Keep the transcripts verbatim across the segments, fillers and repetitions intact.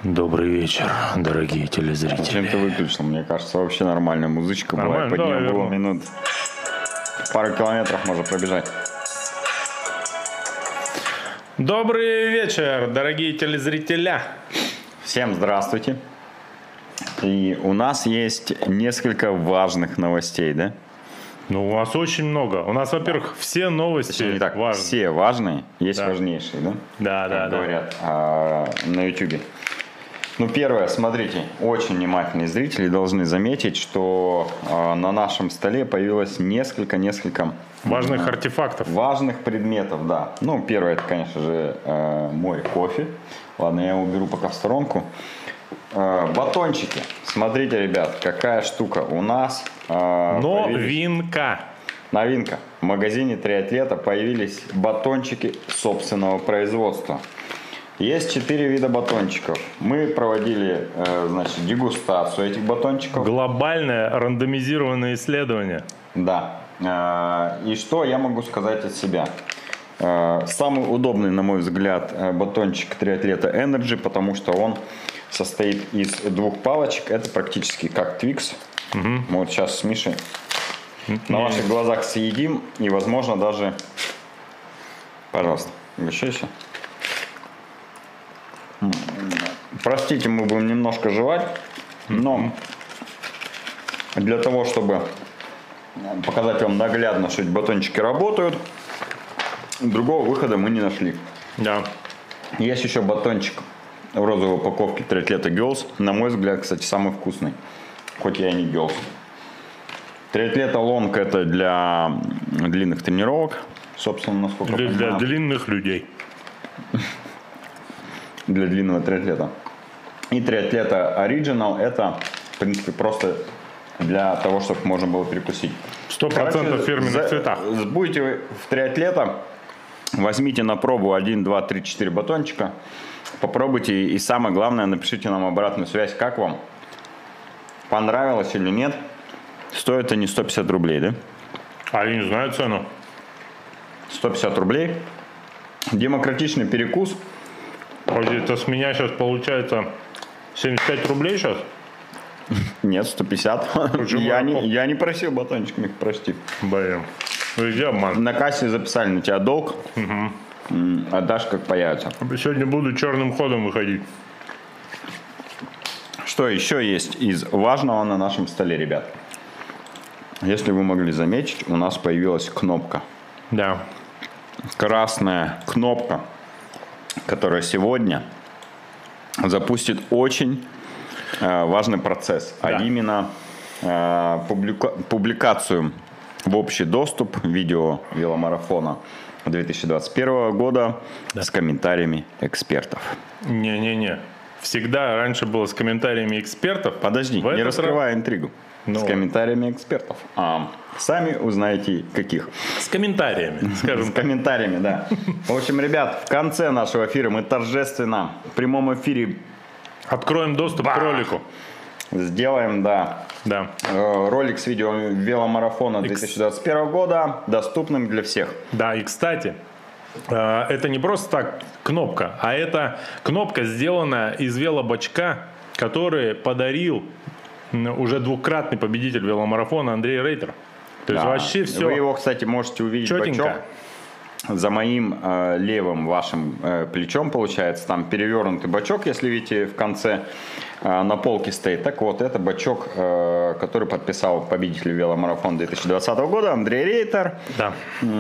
Добрый вечер, дорогие телезрители. Зачем ты выключил? Мне кажется, вообще нормальная музычка была. Под нее было минут пару километров можно пробежать. Добрый вечер, дорогие телезрители. Всем здравствуйте. И у нас есть несколько важных новостей, да? Ну, у нас очень много. У нас, во-первых, все новости не так, важные. Все важные, есть да. важнейшие, да? Да, да, как да. говорят а, на ютубе. Ну, первое, смотрите, очень внимательные зрители должны заметить, что а, на нашем столе появилось несколько-несколько важных а, артефактов. Важных предметов, да. Ну, первое, это, конечно же, а, мой кофе. Ладно, я его уберу пока в сторонку. А, батончики. Смотрите, ребят, какая штука у нас. А, Новинка. Новинка. В магазине Триатлета появились батончики собственного производства. Есть четыре вида батончиков. Мы проводили, э, значит, дегустацию этих батончиков. Глобальное рандомизированное исследование. Да. Э, и что я могу сказать от себя? Э, самый удобный, на мой взгляд, батончик Триатлета Energy, потому что он состоит из двух палочек. Это практически как Twix. Угу. Мы вот сейчас с Мишей на ваших глазах съедим. И, возможно, даже... Пожалуйста, угощайся. Простите, мы будем немножко жевать, но для того, чтобы показать вам наглядно, что эти батончики работают, другого выхода мы не нашли. Да. Есть еще батончик в розовой упаковке Триатлета Girls. На мой взгляд, кстати, самый вкусный. Хоть я и не Girls. Триатлета Long — это для длинных тренировок. Собственно, насколько для, я понимаю. Для длинных людей. Для длинного триатлета. И Триатлета Original — это, в принципе, просто для того, чтобы можно было перекусить. Сто процентов в фирменных за, цветах. Будете вы в Триатлета, возьмите на пробу один, два, три, четыре батончика, попробуйте, и самое главное, напишите нам обратную связь, как вам, понравилось или нет. Стоят они сто пятьдесят рублей, да? А я не знаю цену. сто пятьдесят рублей. Демократичный перекус. Это с меня сейчас получается семьдесят пять рублей сейчас? Нет, сто пятьдесят. Я не, я не просил батончик, Мих, прости. Блин. Где обман? На кассе записали на тебя долг. Угу. Отдашь, как появится. Сегодня буду черным ходом выходить. Что еще есть из важного на нашем столе, ребят? Если вы могли заметить, у нас появилась кнопка. Да. Красная кнопка, которая сегодня запустит очень э, важный процесс, да. А именно э, публика публикацию в общий доступ видео веломарафона две тысячи двадцать первого года, да. С комментариями экспертов. Не-не-не. Всегда раньше было с комментариями экспертов. Подожди, не раскрывай раз... интригу. Ну, с комментариями экспертов. А, сами узнаете каких. С комментариями, скажем С комментариями, да. В общем, ребят, в конце нашего эфира мы торжественно в прямом эфире откроем доступ к ролику. Сделаем, да. Да. Ролик с видео веломарафона две тысячи двадцать первого года доступным для всех. Да, и кстати, это не просто так кнопка, а это кнопка, сделана из велобачка, который подарил уже двукратный победитель веломарафона Андрей Рейтер. То есть да. Вообще все. Вы его, кстати, можете увидеть четенько. Бачок за моим э, левым вашим э, плечом, получается. Там перевернутый бачок, если видите, в конце э, на полке стоит. Так вот, это бачок, э, который подписал победитель веломарафона две тысячи двадцатого года Андрей Рейтер. Да.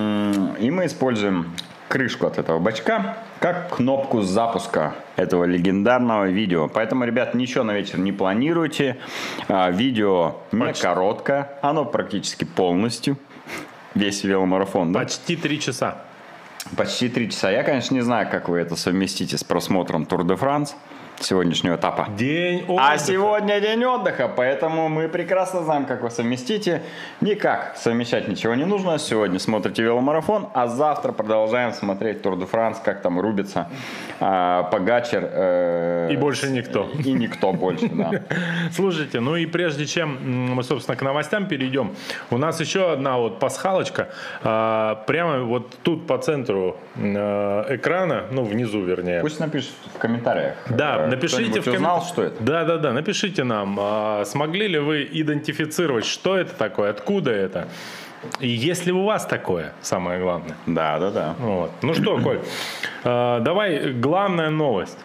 И мы используем крышку от этого бачка как кнопку запуска этого легендарного видео. Поэтому, ребят, ничего на вечер не планируйте. А, видео не почти. Короткое, оно практически полностью. Весь веломарафон, да? Почти три часа. Почти три часа. Я, конечно, не знаю, как вы это совместите с просмотром Тур де Франс сегодняшнего этапа. День отдыха. А сегодня день отдыха, поэтому мы прекрасно знаем, как вы совместите. Никак совмещать ничего не нужно. Сегодня смотрите веломарафон, а завтра продолжаем смотреть Тур де Франс, как там рубится э, Погачар. Э, и больше никто. И никто больше, да. Слушайте, ну и прежде чем мы, собственно, к новостям перейдем, у нас еще одна вот пасхалочка. Прямо вот тут по центру экрана, ну внизу вернее. Пусть напишут в комментариях. Да, напишите в комментариях. Узнал, что это? Да, да, да. Напишите нам, а, смогли ли вы идентифицировать, что это такое, откуда это. И есть ли у вас такое, самое главное. Да, да, да. Вот. Ну что, Коль, а, давай главная новость.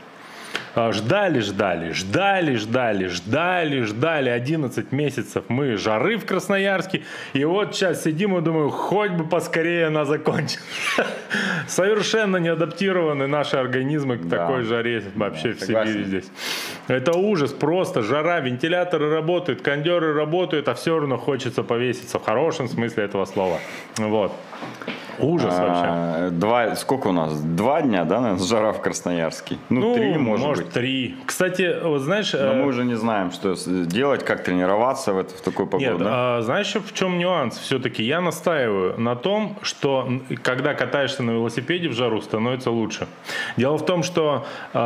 Ждали, ждали, ждали, ждали, ждали, ждали одиннадцать месяцев мы жары в Красноярске. И вот сейчас сидим и думаю, хоть бы поскорее она закончилась. Совершенно не адаптированы наши организмы к да. такой жаре вообще да, в согласен. Сибири здесь. Это ужас, просто жара, вентиляторы работают, кондеры работают, а все равно хочется повеситься в хорошем смысле этого слова. Вот. Ужас а, вообще. Два, сколько у нас? Два дня, да, наверное, жара в Красноярске? Ну, ну три, может, может быть. три. Кстати, вот знаешь... Но мы уже не знаем, что делать, как тренироваться в, это, в такую погоду. Нет, да? а, знаешь, в чем нюанс? Все-таки я настаиваю на том, что когда катаешься на велосипеде в жару, становится лучше. Дело в том, что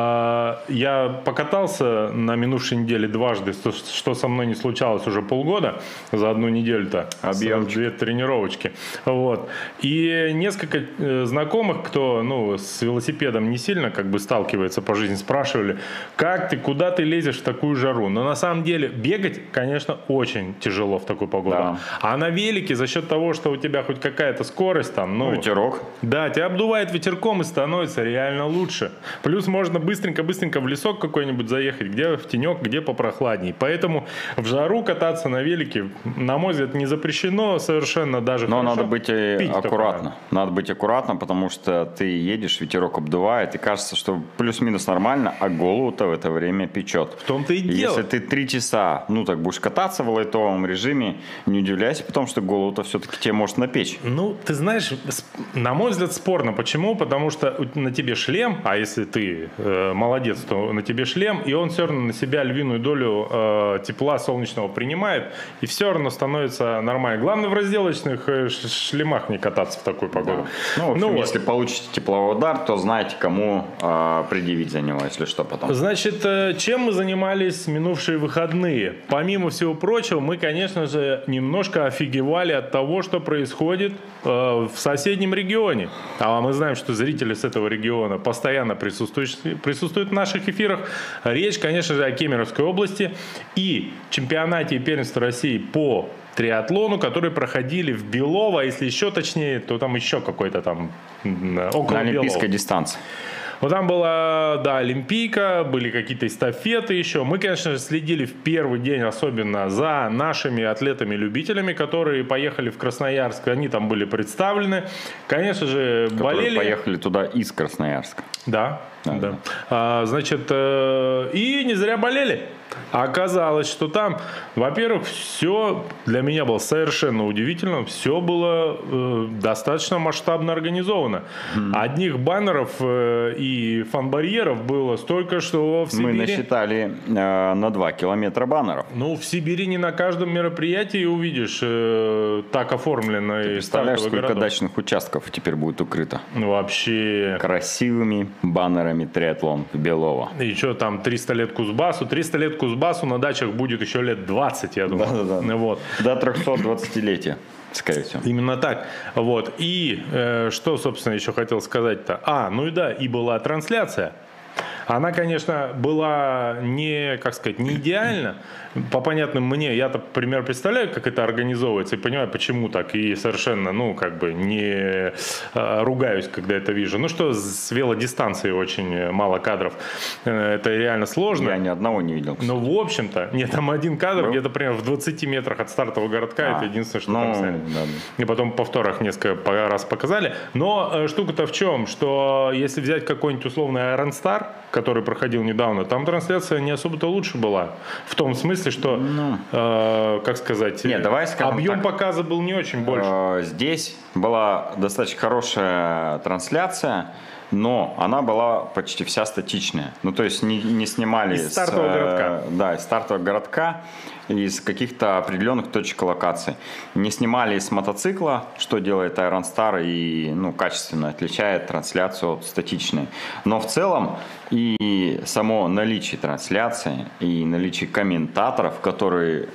а, я покатался на минувшей неделе дважды, что со мной не случалось уже полгода, за одну неделю-то. Объем. Две тренировочки. Вот. И несколько знакомых, кто ну, с велосипедом не сильно как бы сталкивается по жизни, спрашивали, как ты, куда ты лезешь в такую жару. Но на самом деле бегать, конечно, очень тяжело в такую погоду. Да. А на велике за счет того, что у тебя хоть какая-то скорость там, ну, ветерок. Да, тебя обдувает ветерком и становится реально лучше. Плюс можно быстренько-быстренько в лесок какой-нибудь заехать, где в тенек, где попрохладней. Поэтому в жару кататься на велике, на мой взгляд, не запрещено совершенно даже. Но надо быть аккуратно. Надо быть аккуратно, потому что ты едешь, ветерок обдувает, и кажется, что плюс-минус нормально, а голову-то в это время печет. В том-то и дело. Если ты три часа, ну так будешь кататься в лайтовом режиме, не удивляйся, потому что голову-то все-таки тебе может напечь. Ну, ты знаешь, на мой взгляд, спорно. Почему? Потому что на тебе шлем, а если ты э, молодец, то на тебе шлем, и он все равно на себя львиную долю э, тепла солнечного принимает, и все равно становится нормально. Главное в разделочных э, шлемах не кататься в такой погоду. Да. Ну, в общем, ну, если вот. Получите тепловой удар, то знаете, кому э, предъявить за него, если что, потом. Значит, чем мы занимались минувшие выходные? Помимо всего прочего, мы, конечно же, немножко офигевали от того, что происходит э, в соседнем регионе. А мы знаем, что зрители с этого региона постоянно присутствуют, присутствуют в наших эфирах. Речь, конечно же, о Кемеровской области и чемпионате и первенстве России по триатлону, которые проходили в Белово, а если еще точнее, то там еще какой-то там около на олимпийской Белова. Дистанции. Вот там была, да, олимпийка, были какие-то эстафеты еще. Мы, конечно же, следили в первый день особенно за нашими атлетами-любителями, которые поехали в Красноярск. Они там были представлены. Конечно же, которые болели. Поехали туда из Красноярска. Да, да. да. да. А, значит, э, и не зря болели. А оказалось, что там, во-первых, все для меня было совершенно удивительно. Все было э, достаточно масштабно организовано. Mm-hmm. Одних баннеров э, и фан-барьеров было столько, что в Сибири... Мы насчитали э, на два километра баннеров. Ну, в Сибири не на каждом мероприятии увидишь э, так оформленный. Ты представляешь, сколько городов. Дачных участков теперь будет укрыто? Ну, вообще... Красивыми баннерами триатлон Белово. И что там, триста лет Кузбассу? триста лет Кузбассу на дачах будет еще лет двадцать, я думаю. Да, да, да. Вот. До трехсотдвадцатилетия, скорее всего. Именно так. Вот. И э, что, собственно, еще хотел сказать-то? А, ну и да, и была трансляция. Она, конечно, была не, как сказать, не идеальна. По понятным мне, я-то, например, представляю, как это организовывается, и понимаю, почему так, и совершенно, ну, как бы не э, ругаюсь, когда это вижу. Ну, что с велодистанцией очень мало кадров. Это реально сложно. Я ни одного не видел. Ну, в общем-то, нет, там один кадр, Был? где-то, например, в двадцати метрах от стартового городка, а, это единственное, что ну, там сняли. Да, да. И потом в повторах несколько раз показали. Но э, штука-то в чем, что если взять какой-нибудь условный Iron Star, который проходил недавно, там трансляция не особо-то лучше была. В том смысле, что, ну, э, как сказать, нет, давай объем так, показа был не очень больше. Э, здесь была достаточно хорошая трансляция, но она была почти вся статичная. Ну, то есть не, не снимали из стартового с, городка. Да, из стартового городка, из каких-то определенных точек локации. Не снимали с мотоцикла, что делает Iron Star и ну, качественно отличает трансляцию от статичной. Но в целом и само наличие трансляции, и наличие комментаторов, которые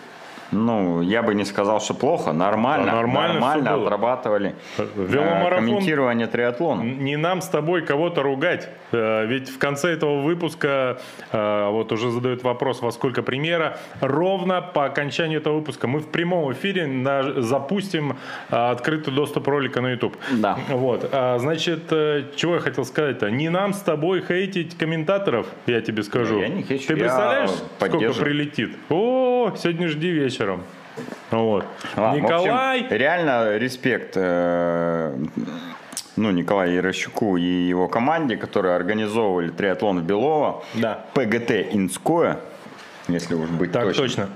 Ну, я бы не сказал, что плохо. Нормально. Да, нормально, нормально отрабатывали веломарафон, комментирование триатлона. Не нам с тобой кого-то ругать. Ведь в конце этого выпуска вот уже задают вопрос, во сколько премьера. Ровно по окончанию этого выпуска мы в прямом эфире на, запустим открытый доступ ролика на YouTube. Да. Вот. Значит, чего я хотел сказать-то? Не нам с тобой хейтить комментаторов, я тебе скажу. Я не хейчу, Ты представляешь, я сколько прилетит? О, сегодня жди вечером. Вот. А, Николай. В общем, реально респект э, ну, Николаю Ярощуку и его команде, которые организовывали триатлон в Белово. Да. ПГТ Инское, если уж быть так точным. точно.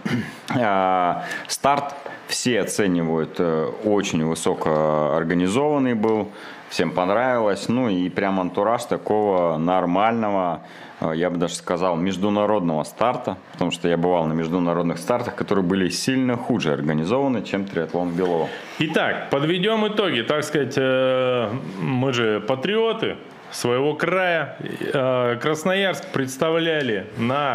А, старт все оценивают э, очень высоко организованный был. Всем понравилось. Ну и прям антураж такого нормального, я бы даже сказал, международного старта. Потому что я бывал на международных стартах, которые были сильно хуже организованы, чем триатлон Белово. Итак, подведем итоги. Так сказать, мы же патриоты своего края. Красноярск представляли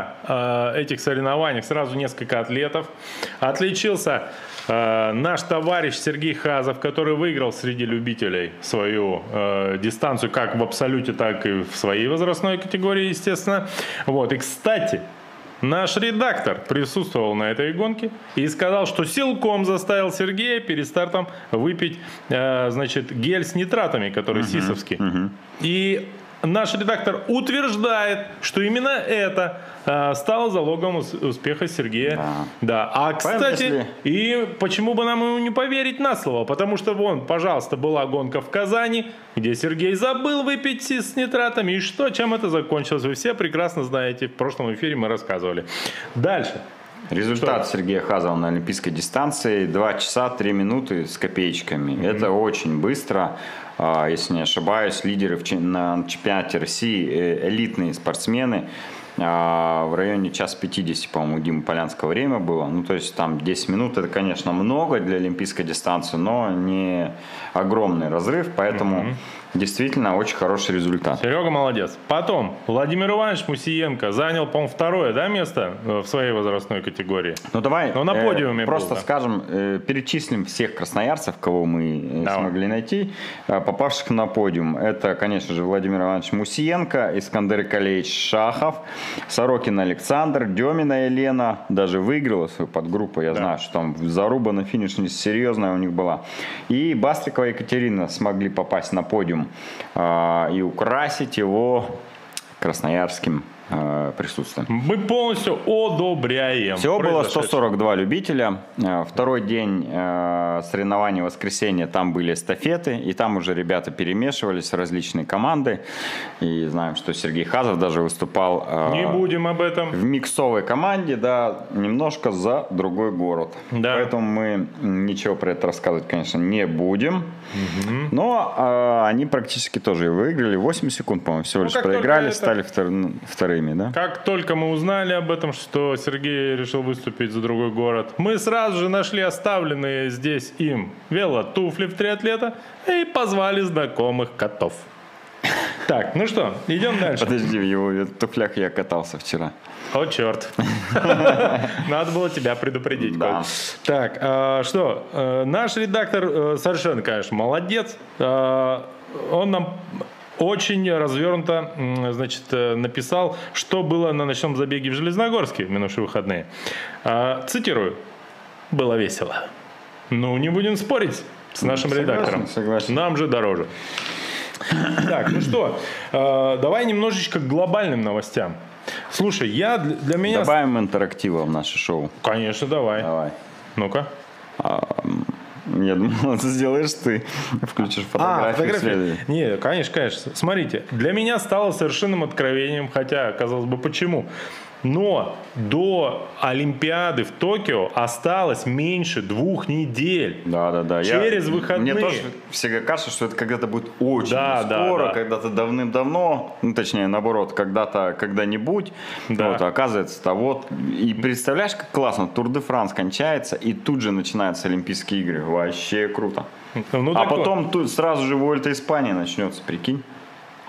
на этих соревнованиях сразу несколько атлетов. Отличился наш товарищ Сергей Хазов, который выиграл среди любителей свою э, дистанцию как в абсолюте, так и в своей возрастной категории, естественно. Вот. И, кстати, наш редактор присутствовал на этой гонке и сказал, что силком заставил Сергея перед стартом выпить э, значит, гель с нитратами, который uh-huh, сисовский. Uh-huh. И наш редактор утверждает, что именно это э, стало залогом успеха Сергея. Да. Да. А, кстати, если... и почему бы нам ему не поверить на слово? Потому что, вон, пожалуйста, была гонка в Казани, где Сергей забыл выпить с нитратами. И что, чем это закончилось? Вы все прекрасно знаете. В прошлом эфире мы рассказывали. Дальше. Результат что? Сергея Хазова на олимпийской дистанции два часа три минуты с копеечками. Mm-hmm. Это очень быстро. Если не ошибаюсь, лидеры на чемпионате России, элитные спортсмены, в районе час пятидесяти, по-моему, у Димы Полянского время было. Ну, то есть там десять минут, это, конечно, много для олимпийской дистанции, но не огромный разрыв, поэтому mm-hmm. действительно очень хороший результат. Серега молодец. Потом Владимир Иванович Мусиенко занял, по-моему, второе, да, место в своей возрастной категории. Ну, давай Но на подиуме э, просто был, да. скажем, э, перечислим всех красноярцев, кого мы э, смогли найти, э, попавших на подиум. Это, конечно же, Владимир Иванович Мусиенко, Искандер Калеевич Шахов, Сорокин Александр, Демина Елена, даже выиграла свою подгруппу, я да. знаю, что там заруба на финише серьезная у них была. И Бастрикова Екатерина смогли попасть на подиум э, и украсить его красноярским э, присутствием. Мы полностью одобряем. Всего было сто сорок два любителя. Второй день э, соревнований воскресенья, там были эстафеты, и там уже ребята перемешивались, различные команды. И знаем, что Сергей Хазов даже выступал э, Не будем об этом. в миксовой команде, да, немножко за другой город. Да. Поэтому мы ничего про это рассказывать, конечно, не будем. Угу. Но э, они практически тоже и выиграли. восемь секунд, по-моему, всего лишь ну, проиграли, это... стали втор... вторыми. Да? Как только мы узнали об этом, что Сергей решил выступить за другой город, мы сразу же нашли оставленные здесь им велотуфли в триатлета и позвали знакомых котов. Так, ну что, идем дальше. Подожди, в его туфлях я катался вчера. О, черт. Надо было тебя предупредить. Да. Так, э, что, э, наш редактор э, совершенно, конечно, молодец. Э, он нам очень развернуто, значит, написал, что было на ночном забеге в Железногорске в минувшие выходные. Э, цитирую. Было весело. Ну, не будем спорить с нашим согласен, редактором. Согласен. Нам же дороже. Так, ну что, э, давай немножечко к глобальным новостям. Слушай, я для, для меня... Добавим интерактива в наше шоу. Конечно, давай. Давай. Ну-ка. А, я думал, это сделаешь ты. Включишь фотографию. А, фотографию. Не, конечно, конечно. Смотрите, для меня стало совершенным откровением, хотя, казалось бы, почему? Но до Олимпиады в Токио осталось меньше двух недель. Да, да, да. Через Я, выходные. Мне тоже всегда кажется, что это когда-то будет очень да, скоро, да, да. когда-то давным-давно, ну, точнее, наоборот, когда-то, когда-нибудь. Да. Вот, оказывается-то вот. И представляешь, как классно, Тур-де-Франс кончается, и тут же начинаются Олимпийские игры. Вообще круто. Ну, а потом тут сразу же Вольта Испания начнется, прикинь.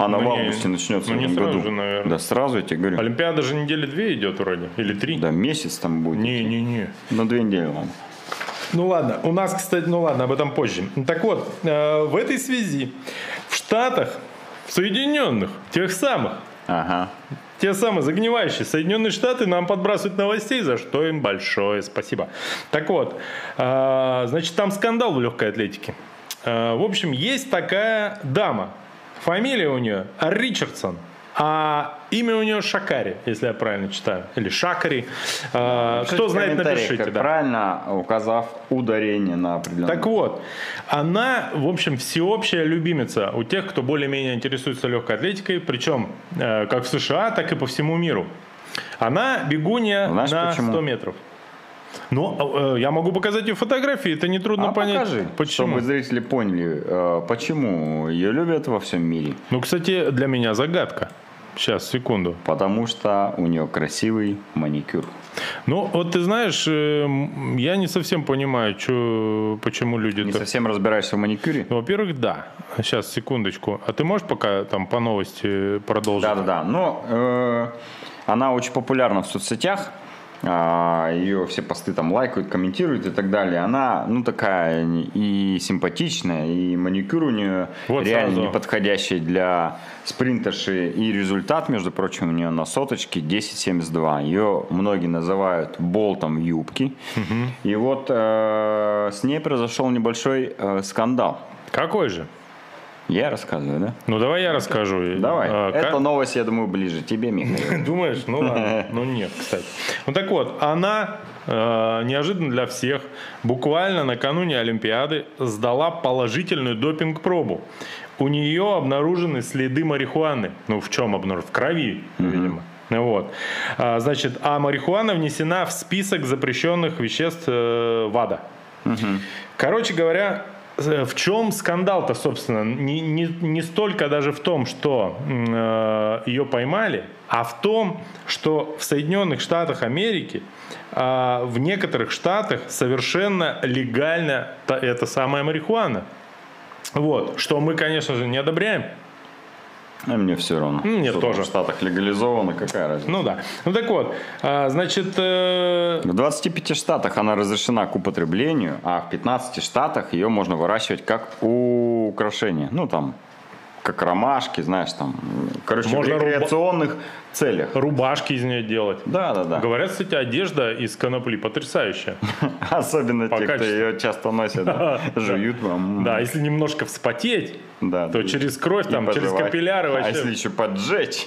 Она Ну, в не, августе начнется ну, в не этом сразу году. же, наверное. Да, сразу я тебе говорю. Олимпиада же недели две идет вроде, или три. Да, месяц там будет. Не-не-не. На две недели, ладно. Ну ладно, у нас, кстати, ну ладно, об этом позже. Так вот, э, в этой связи в Штатах, в Соединенных, тех самых, Ага. те самые загнивающие Соединенные Штаты нам подбрасывают новостей, за что им большое спасибо. Так вот, э, значит, там скандал в легкой атлетике. Э, в общем, есть такая дама, фамилия у нее Ричардсон. А имя у нее Шакари, если я правильно читаю. Или Шакари. А, кто знает, напишите. Как да. правильно, указав ударение на определенное. Так вот, она, в общем, всеобщая любимица у тех, кто более-менее интересуется легкой атлетикой, причем э, как в США, так и по всему миру. Она бегунья Знаешь, на почему? сто метров. Ну, э, я могу показать ее фотографии, это нетрудно А понять. покажи, Почему? чтобы зрители поняли, э, почему ее любят во всем мире. Ну, кстати, для меня загадка. Сейчас, секунду. Потому что у нее красивый маникюр. Ну, вот ты знаешь, э, м, я не совсем понимаю, чё, почему люди... Не так- совсем разбираешься в маникюре? Ну, во-первых, да. Сейчас, секундочку. А ты можешь пока там по новости продолжить? Да-да-да. Но э, она очень популярна в соцсетях. А, ее все посты там лайкают, комментируют и так далее. Она, ну, такая и симпатичная, и маникюр у нее Вот реально сразу. неподходящий для спринтерши. И результат, между прочим, у нее на соточке десять семьдесят два. Ее многие называют болтом юбки. И вот э, с ней произошел небольшой э, скандал. Какой же? Я рассказываю, да? Ну, давай я расскажу. Давай. А, Эта как- новость, я думаю, ближе тебе, Михаил. Думаешь? Ну ладно. Ну нет, кстати. Ну так вот, она э, неожиданно для всех буквально накануне Олимпиады сдала положительную допинг-пробу. У нее обнаружены следы марихуаны. Ну в чем обнаружены? В крови, видимо. Вот. А, значит, а марихуана внесена в список запрещенных веществ э, ВАДА. Короче говоря, э, в чем скандал-то, собственно? Не, не, не столько даже в том, что э, ее поймали, а в том, что в Соединенных Штатах Америки, э, в некоторых штатах совершенно легально та- эта самая марихуана. Вот. Что мы, конечно же, не одобряем. А мне все равно. Мне Что тоже. там в Штатах легализовано, какая разница? Ну да. Ну так вот, а, значит, э, В двадцати пяти штатах она разрешена к употреблению, а в пятнадцати штатах ее можно выращивать как украшение. Ну, там, как ромашки, знаешь, там, короче, Можно в рекреационных целях. рубашки из нее делать. Да, да, да. Говорят, кстати, одежда из конопли потрясающая. Особенно По те, кто качеству. ее часто носят, жуют вам. Да, если немножко вспотеть, Да, то да. через кровь, И там, через пожевать. капилляры А вообще. если еще поджечь?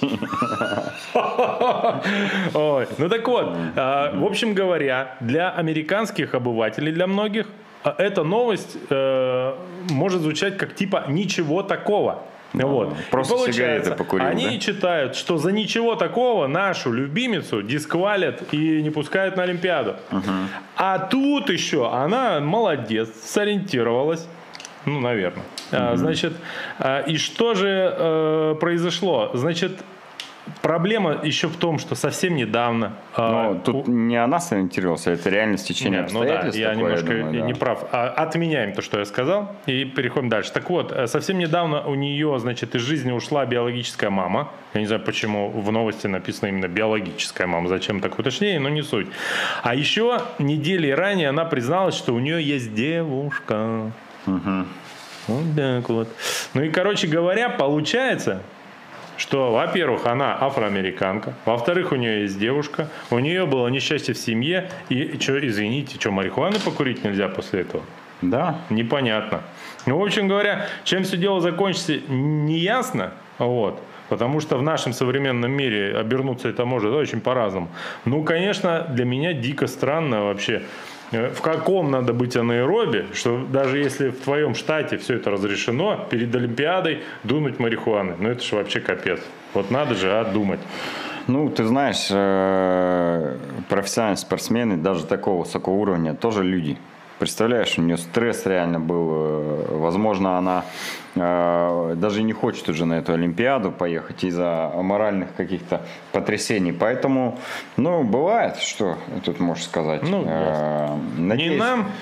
Ой, ну так вот, а, в общем говоря, для американских обывателей, для многих, а, эта новость э, может звучать как типа ничего такого. Вот. просто И получается, сигареты покурил, они да? читают, что за ничего такого нашу любимицу дисквалят и не пускают на Олимпиаду. А тут еще она молодец, сориентировалась. Ну, наверное. А, значит, а, и что же э, произошло? Значит, проблема еще в том, что совсем недавно... а, Ну, тут у- не она сориентировалась, а это реально стечение Не, ну да, обстоятельств. я такое, немножко думаю, да. не прав. А, Отменяем то, что я сказал, и переходим дальше. Так вот, э, совсем недавно у нее, значит, из жизни ушла биологическая мама. Я не знаю, почему в новости написано именно биологическая мама. Зачем так уточнее, но не суть. А еще недели ранее она призналась, что у нее есть девушка. Вот так вот. Ну и, короче говоря, получается, что, во-первых, она афроамериканка, во-вторых, у нее есть девушка, у нее было несчастье в семье, и, что, извините, что, марихуаны покурить нельзя после этого? Да. Непонятно. Ну, в общем говоря, чем все дело закончится, не ясно, вот, потому что в нашем современном мире обернуться это может очень по-разному. Ну, конечно, для меня дико странно вообще, э, в каком надо быть анаэробе, что даже если в твоем штате все это разрешено, перед Олимпиадой дунуть марихуаны. Ну, это же вообще капец. Вот надо же, а, думать. Ну, ты знаешь, э, профессиональные спортсмены, даже такого высокого уровня, тоже люди. Представляешь, у нее стресс реально был. э, Возможно, она э, даже не хочет уже на эту Олимпиаду поехать из-за моральных каких-то потрясений. Поэтому, ну, бывает, что тут можешь сказать. Ну, Э, Не надеюсь, нам,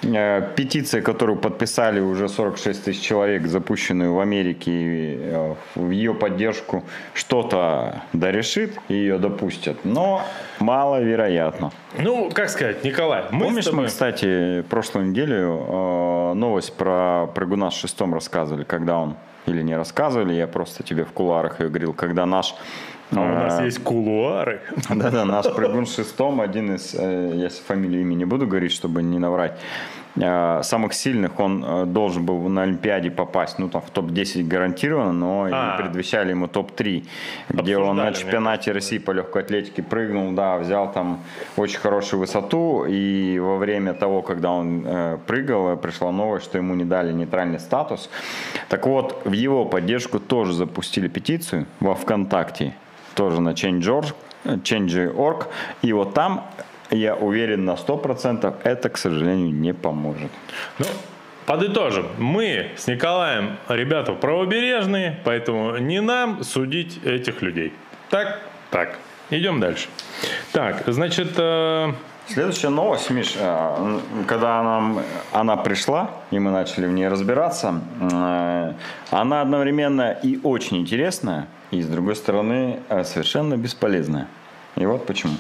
Петиция, которую подписали уже сорок шесть тысяч человек, запущенную в Америке, в ее поддержку что-то дорешит и ее допустят, но маловероятно. Ну, как сказать, Николай, мы Помнишь, с тобой... мы, кстати, прошлую неделю новость про прыгуна с шестом рассказывали, когда он, или не рассказывали, я просто тебе в кулуарах ее говорил, когда наш... А у нас есть кулуары. Да-да, наш прыгун с шестом, один из, я фамилию имя не буду говорить, чтобы не наврать, самых сильных, он должен был на Олимпиаде попасть, ну там в топ десять гарантированно, но а, предвещали ему топ три, где он на чемпионате России по легкой атлетике прыгнул, да, взял там очень хорошую высоту, и во время того, когда он э, прыгал, пришла новость, что ему не дали нейтральный статус. Так вот, в его поддержку тоже запустили петицию во ВКонтакте, тоже на Change точка орг, Change точка орг, и вот там, я уверен на сто процентов, это, к сожалению, не поможет. Ну, подытожим. Мы с Николаем ребята правобережные, поэтому не нам судить этих людей. Так? Так. Идем дальше. Так, значит... Э... Следующая новость, Миш, когда она, она пришла, и мы начали в ней разбираться, она одновременно и очень интересная, и, с другой стороны, совершенно бесполезная. И вот почему.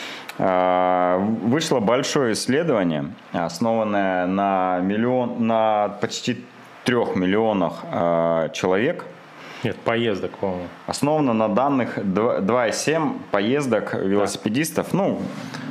Вышло большое исследование, основанное на, миллион, на почти трех миллионах человек. Нет, поездок, по-моему. Основано на данных два и семь поездок велосипедистов. Да. Ну,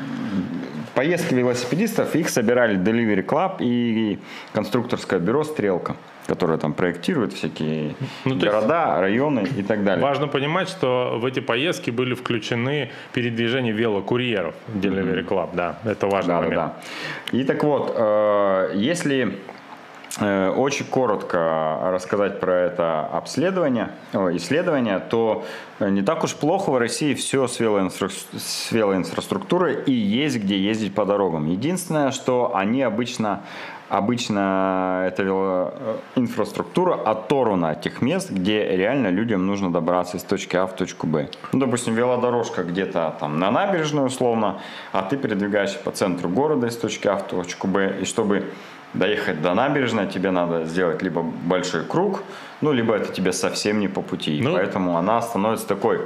поездки велосипедистов, их собирали Delivery Club и конструкторское бюро «Стрелка», которое там проектирует всякие ну, города, районы и так далее. Важно понимать, что в эти поездки были включены передвижения велокурьеров Delivery Club, да, это важный да, момент. Да, да. И так вот, э, если э, очень коротко рассказать про это обследование, о, исследование, то не так уж плохо в России все с, велоинфра... с велоинфраструктурой и есть где ездить по дорогам. Единственное, что они обычно Обычно эта инфраструктура оторвана от тех мест, где реально людям нужно добраться из точки А в точку Б. Ну, допустим, велодорожка где-то там на набережной условно, а ты передвигаешься по центру города из точки А в точку Б, и чтобы доехать до набережной, тебе надо сделать либо большой круг, ну, либо это тебе совсем не по пути. Ну, поэтому она становится такой...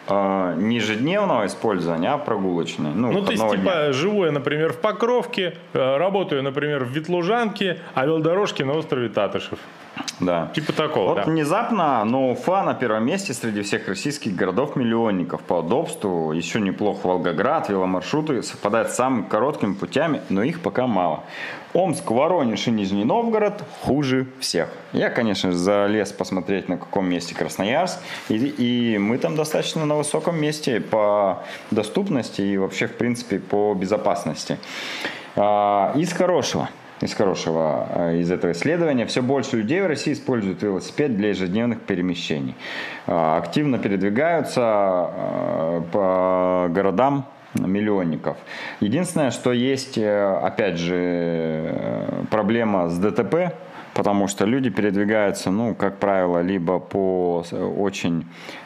не ежедневного использования, а прогулочной. Ну, ну то есть, типа, живу я, например, в Покровке, работаю, например, в Ветлужанке, а велодорожки на острове Татышев. Да. Типа такого, вот да. Внезапно, но Уфа на первом месте среди всех российских городов-миллионников по удобству. Еще неплохо Волгоград, веломаршруты совпадают с самыми короткими путями, но их пока мало. Омск, Воронеж и Нижний Новгород хуже всех. Я, конечно же, залез посмотреть, на каком месте Красноярск. И, и мы там достаточно на высоком месте по доступности и вообще, в принципе, по безопасности. А, из хорошего. Из хорошего из этого исследования. Все больше людей в России используют велосипед для ежедневных перемещений. Активно передвигаются по городам миллионников. Единственное, что есть, опять же, проблема с ДТП, потому что люди передвигаются, ну, как правило, либо по очень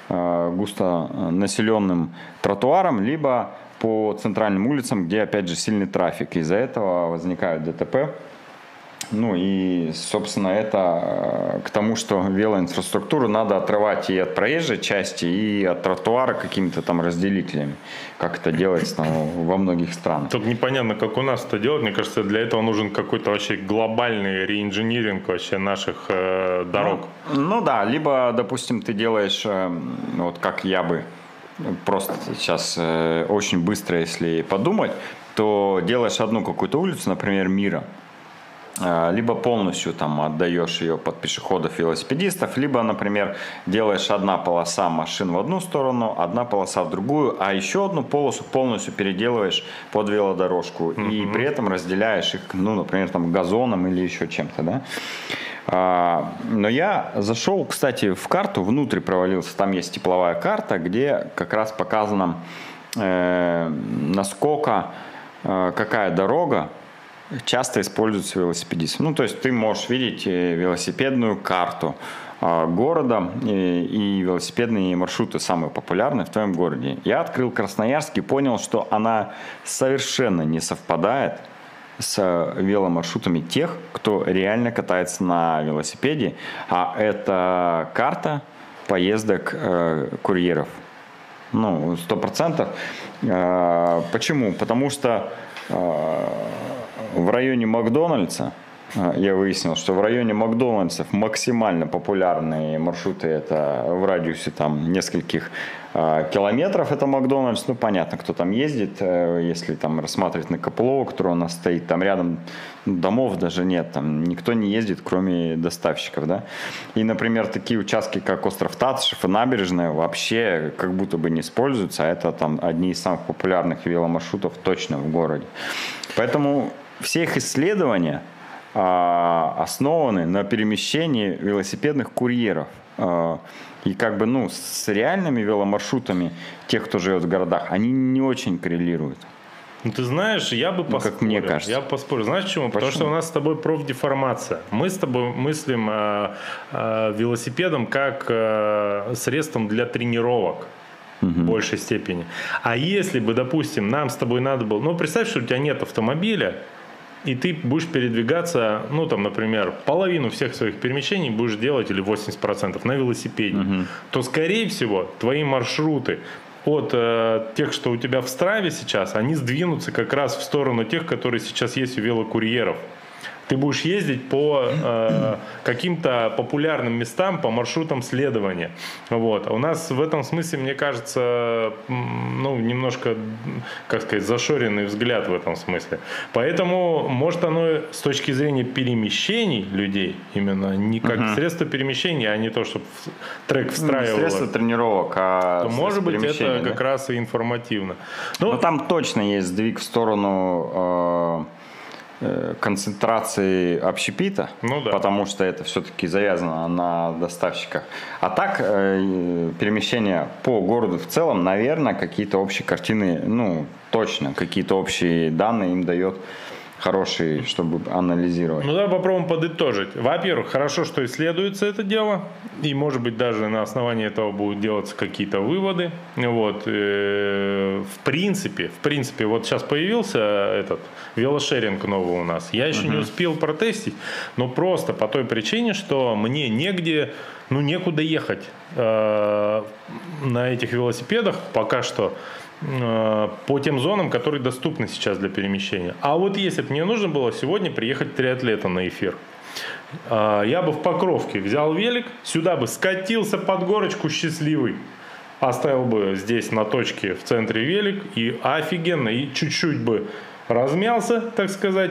густо населенным тротуарам, либо по центральным улицам, где, опять же, сильный трафик. Из-за этого возникают ДТП. Ну и, собственно, это к тому, что велоинфраструктуру надо отрывать и от проезжей части, и от тротуара какими-то там разделителями, как это делается там, во многих странах. Тут непонятно, как у нас это делать. Мне кажется, для этого нужен какой-то вообще глобальный реинжиниринг вообще наших э, дорог. Ну, ну да, либо, допустим, ты делаешь, э, вот как я бы, просто сейчас э, очень быстро, если подумать, то делаешь одну какую-то улицу, например, Мира, э, либо полностью там отдаешь ее под пешеходов, велосипедистов, либо, например, делаешь одна полоса машин в одну сторону, одна полоса в другую, а еще одну полосу полностью переделываешь под велодорожку, mm-hmm. и при этом разделяешь их, ну, например, там газоном или еще чем-то, да. Но я зашел, кстати, в карту, внутрь провалился, там есть тепловая карта, где как раз показано, э, насколько, э, какая дорога часто используется велосипедистом. Ну, то есть ты можешь видеть велосипедную карту э, города и, и велосипедные маршруты самые популярные в твоем городе. Я открыл Красноярск и понял, что она совершенно не совпадает с веломаршрутами тех, кто реально катается на велосипеде, а это карта поездок э, курьеров. Ну, сто процентов. Э, почему? Потому что э, в районе Макдональдса, э, я выяснил, что в районе Макдональдсов максимально популярные маршруты это в радиусе там нескольких километров, это Макдональдс, ну понятно, кто там ездит, если там рассматривать на Копылова, который у нас стоит, там рядом домов даже нет, там никто не ездит, кроме доставщиков, да, и, например, такие участки, как остров Татышев и набережная вообще как будто бы не используются, а это там одни из самых популярных веломаршрутов точно в городе, поэтому все их исследования а, основаны на перемещении велосипедных курьеров. И как бы, ну, с реальными веломаршрутами тех, кто живет в городах, они не очень коррелируют. Ну, ты знаешь, я бы поспорил. Как мне кажется. Я бы поспорил. Знаешь почему? Потому что у нас с тобой профдеформация. Мы с тобой мыслим э, э, велосипедом как э, средством для тренировок. Угу. В большей степени. А если бы, допустим, нам с тобой надо было... Ну, представь, что у тебя нет автомобиля, и ты будешь передвигаться, ну, там, например, половину всех своих перемещений будешь делать, или восемьдесят процентов на велосипеде, угу. то, скорее всего, твои маршруты от э, тех, что у тебя в Страве сейчас, они сдвинутся как раз в сторону тех, которые сейчас есть у велокурьеров. Ты будешь ездить по э, каким-то популярным местам, по маршрутам следования. Вот. А у нас в этом смысле, мне кажется, ну, немножко, как сказать, зашоренный взгляд в этом смысле. Поэтому, может, оно с точки зрения перемещений людей, именно не как uh-huh. средство перемещения, а не то, чтобы трек встраивало. Средство тренировок, а то, может быть, это да? как раз и информативно. Но, Но там точно есть сдвиг в сторону... Э- концентрации общепита, ну, да. потому что это все-таки завязано на доставщиках. А так, э, перемещение по городу в целом, наверное, какие-то общие картины, ну, точно, какие-то общие данные им дает хорошие, чтобы анализировать. Ну, давай попробуем подытожить. Во-первых, хорошо, что исследуется это дело, и, может быть, даже на основании этого будут делаться какие-то выводы. Вот. В принципе, в принципе, вот сейчас появился этот велошеринг новый у нас. Я еще uh-huh. не успел протестить, но просто по той причине, что мне негде, ну, некуда ехать э, на этих велосипедах пока что. По тем зонам, которые доступны сейчас для перемещения. А вот если бы мне нужно было сегодня приехать триатлета на эфир, я бы в Покровке взял велик, сюда бы скатился под горочку счастливый, оставил бы здесь на точке в центре велик и офигенно, и чуть-чуть бы размялся, так сказать,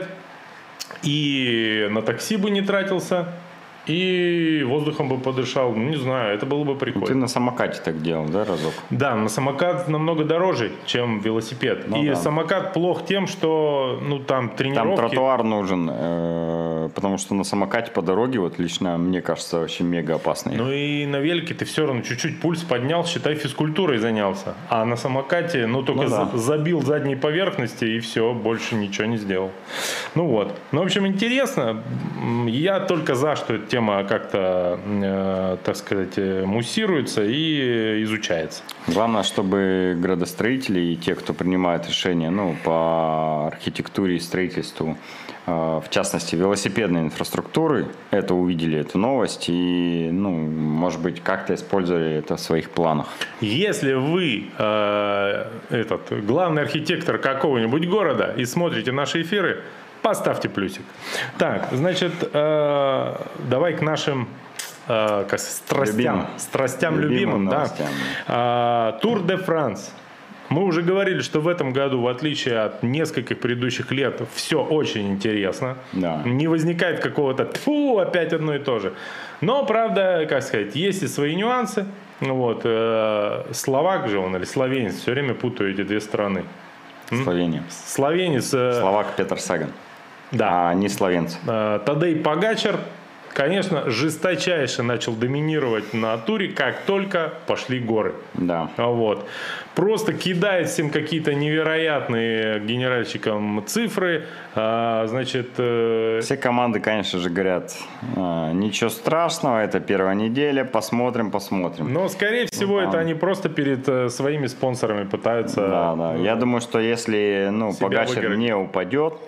и на такси бы не тратился, и воздухом бы подышал, ну не знаю, это было бы прикольно. Ты на самокате так делал, да, разок? Да, на самокат намного дороже, чем велосипед. Ну, и да. самокат плох тем, что ну там тренировки... Там тротуар нужен, э, потому что на самокате по дороге, вот лично мне кажется, вообще мега опасно. Ну и на велике ты все равно чуть-чуть пульс поднял, считай, физкультурой занялся. А на самокате, ну только ну, да. за, забил задние поверхности и все, больше ничего не сделал. Ну вот. Ну, в общем, интересно. Я только за, что это тема как-то, э, так сказать, муссируется и изучается. Главное, чтобы градостроители и те, кто принимает решения ну, по архитектуре и строительству, э, в частности, велосипедной инфраструктуры, это увидели, эту новость, и, ну, может быть, как-то использовали это в своих планах. Если вы э, этот, главный архитектор какого-нибудь города и смотрите наши эфиры, поставьте плюсик. Так, значит, э, давай к нашим э, как, страстям, любимым. страстям любимым. любимым да. Тур де Франс. Мы уже говорили, что в этом году, в отличие от нескольких предыдущих лет, все очень интересно. Да. Не возникает какого-то «тьфу, опять одно и то же». Но, правда, как сказать, есть и свои нюансы. Вот. Э, словак же он или словенец, все время путаю эти две страны. Словения. Словенец. Словак Петр Саган. Да. А не словенцы. Тадей Погачар, конечно, жесточайше начал доминировать на туре, как только пошли горы. Да. Вот. Просто кидает всем какие-то невероятные генеральщикам цифры. А, значит, э... Все команды, конечно же, говорят, ничего страшного, это первая неделя, посмотрим, посмотрим. Но, скорее всего, ну, это они просто перед э, своими спонсорами пытаются... Да, да. Я думаю, что если ну, Погачар не упадет,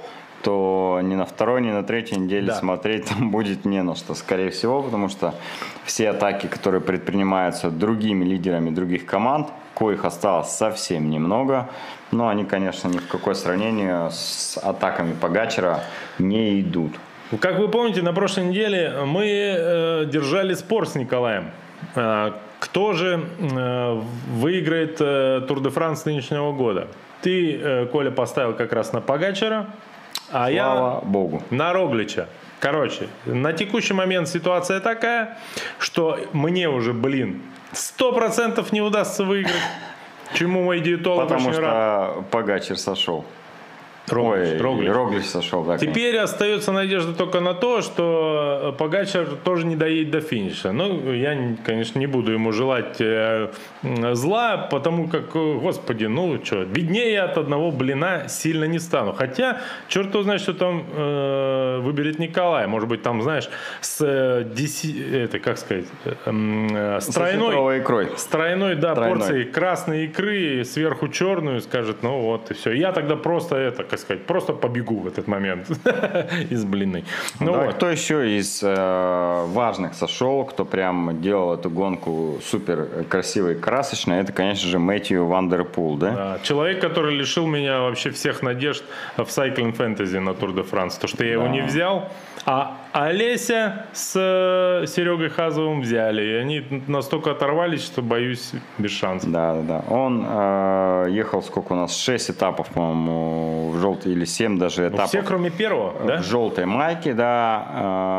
то ни на второй, ни на третьей неделе Да. смотреть там будет не на что, скорее всего, потому что все атаки, которые предпринимаются другими лидерами других команд, коих осталось совсем немного, но они, конечно, ни в какое сравнение с атаками Погачара не идут. Как вы помните, на прошлой неделе мы э, держали спор с Николаем. Э, кто же э, выиграет э, Тур де Франс нынешнего года? Ты, э, Коля, поставил как раз на Погачара, а Слава я Богу. на Роглича. Короче, на текущий момент ситуация такая, что мне уже, блин, сто процентов не удастся выиграть. Чему мой диетолог Потому очень рад. что Погачар сошел. Роглич, Ой, Роглич. Роглич сошел. Да, Теперь остается надежда только на то, что Погачар тоже не доедет до финиша. Ну, я, конечно, не буду ему желать э, зла, потому как, господи, ну что, беднее я от одного блина сильно не стану. Хотя, черт его знает, что там э, выберет Николай. Может быть, там, знаешь, с э, деси, это, как сказать, э, с тройной, икрой. с тройной, да, Тройной. порцией красной икры, сверху черную, скажет, ну вот и все. Я тогда просто это, как сказать, просто побегу в этот момент из блины. Ну Да, вот. кто еще из э, важных сошел, кто прям делал эту гонку супер красивой и красочной, это, конечно же, Мэтью Ван дер Пул, да? Да, человек, который лишил меня вообще всех надежд в Cycling Fantasy на Тур де Франс, то что я его Да. не взял, а Олеся с э, Серегой Хазовым взяли, и они настолько оторвались, что боюсь без шансов. Да, да, да. Он э, ехал, сколько у нас, шесть этапов, по-моему, в желтой, или семь даже Ну, этапов. все, кроме первого, да? В желтой майке, да.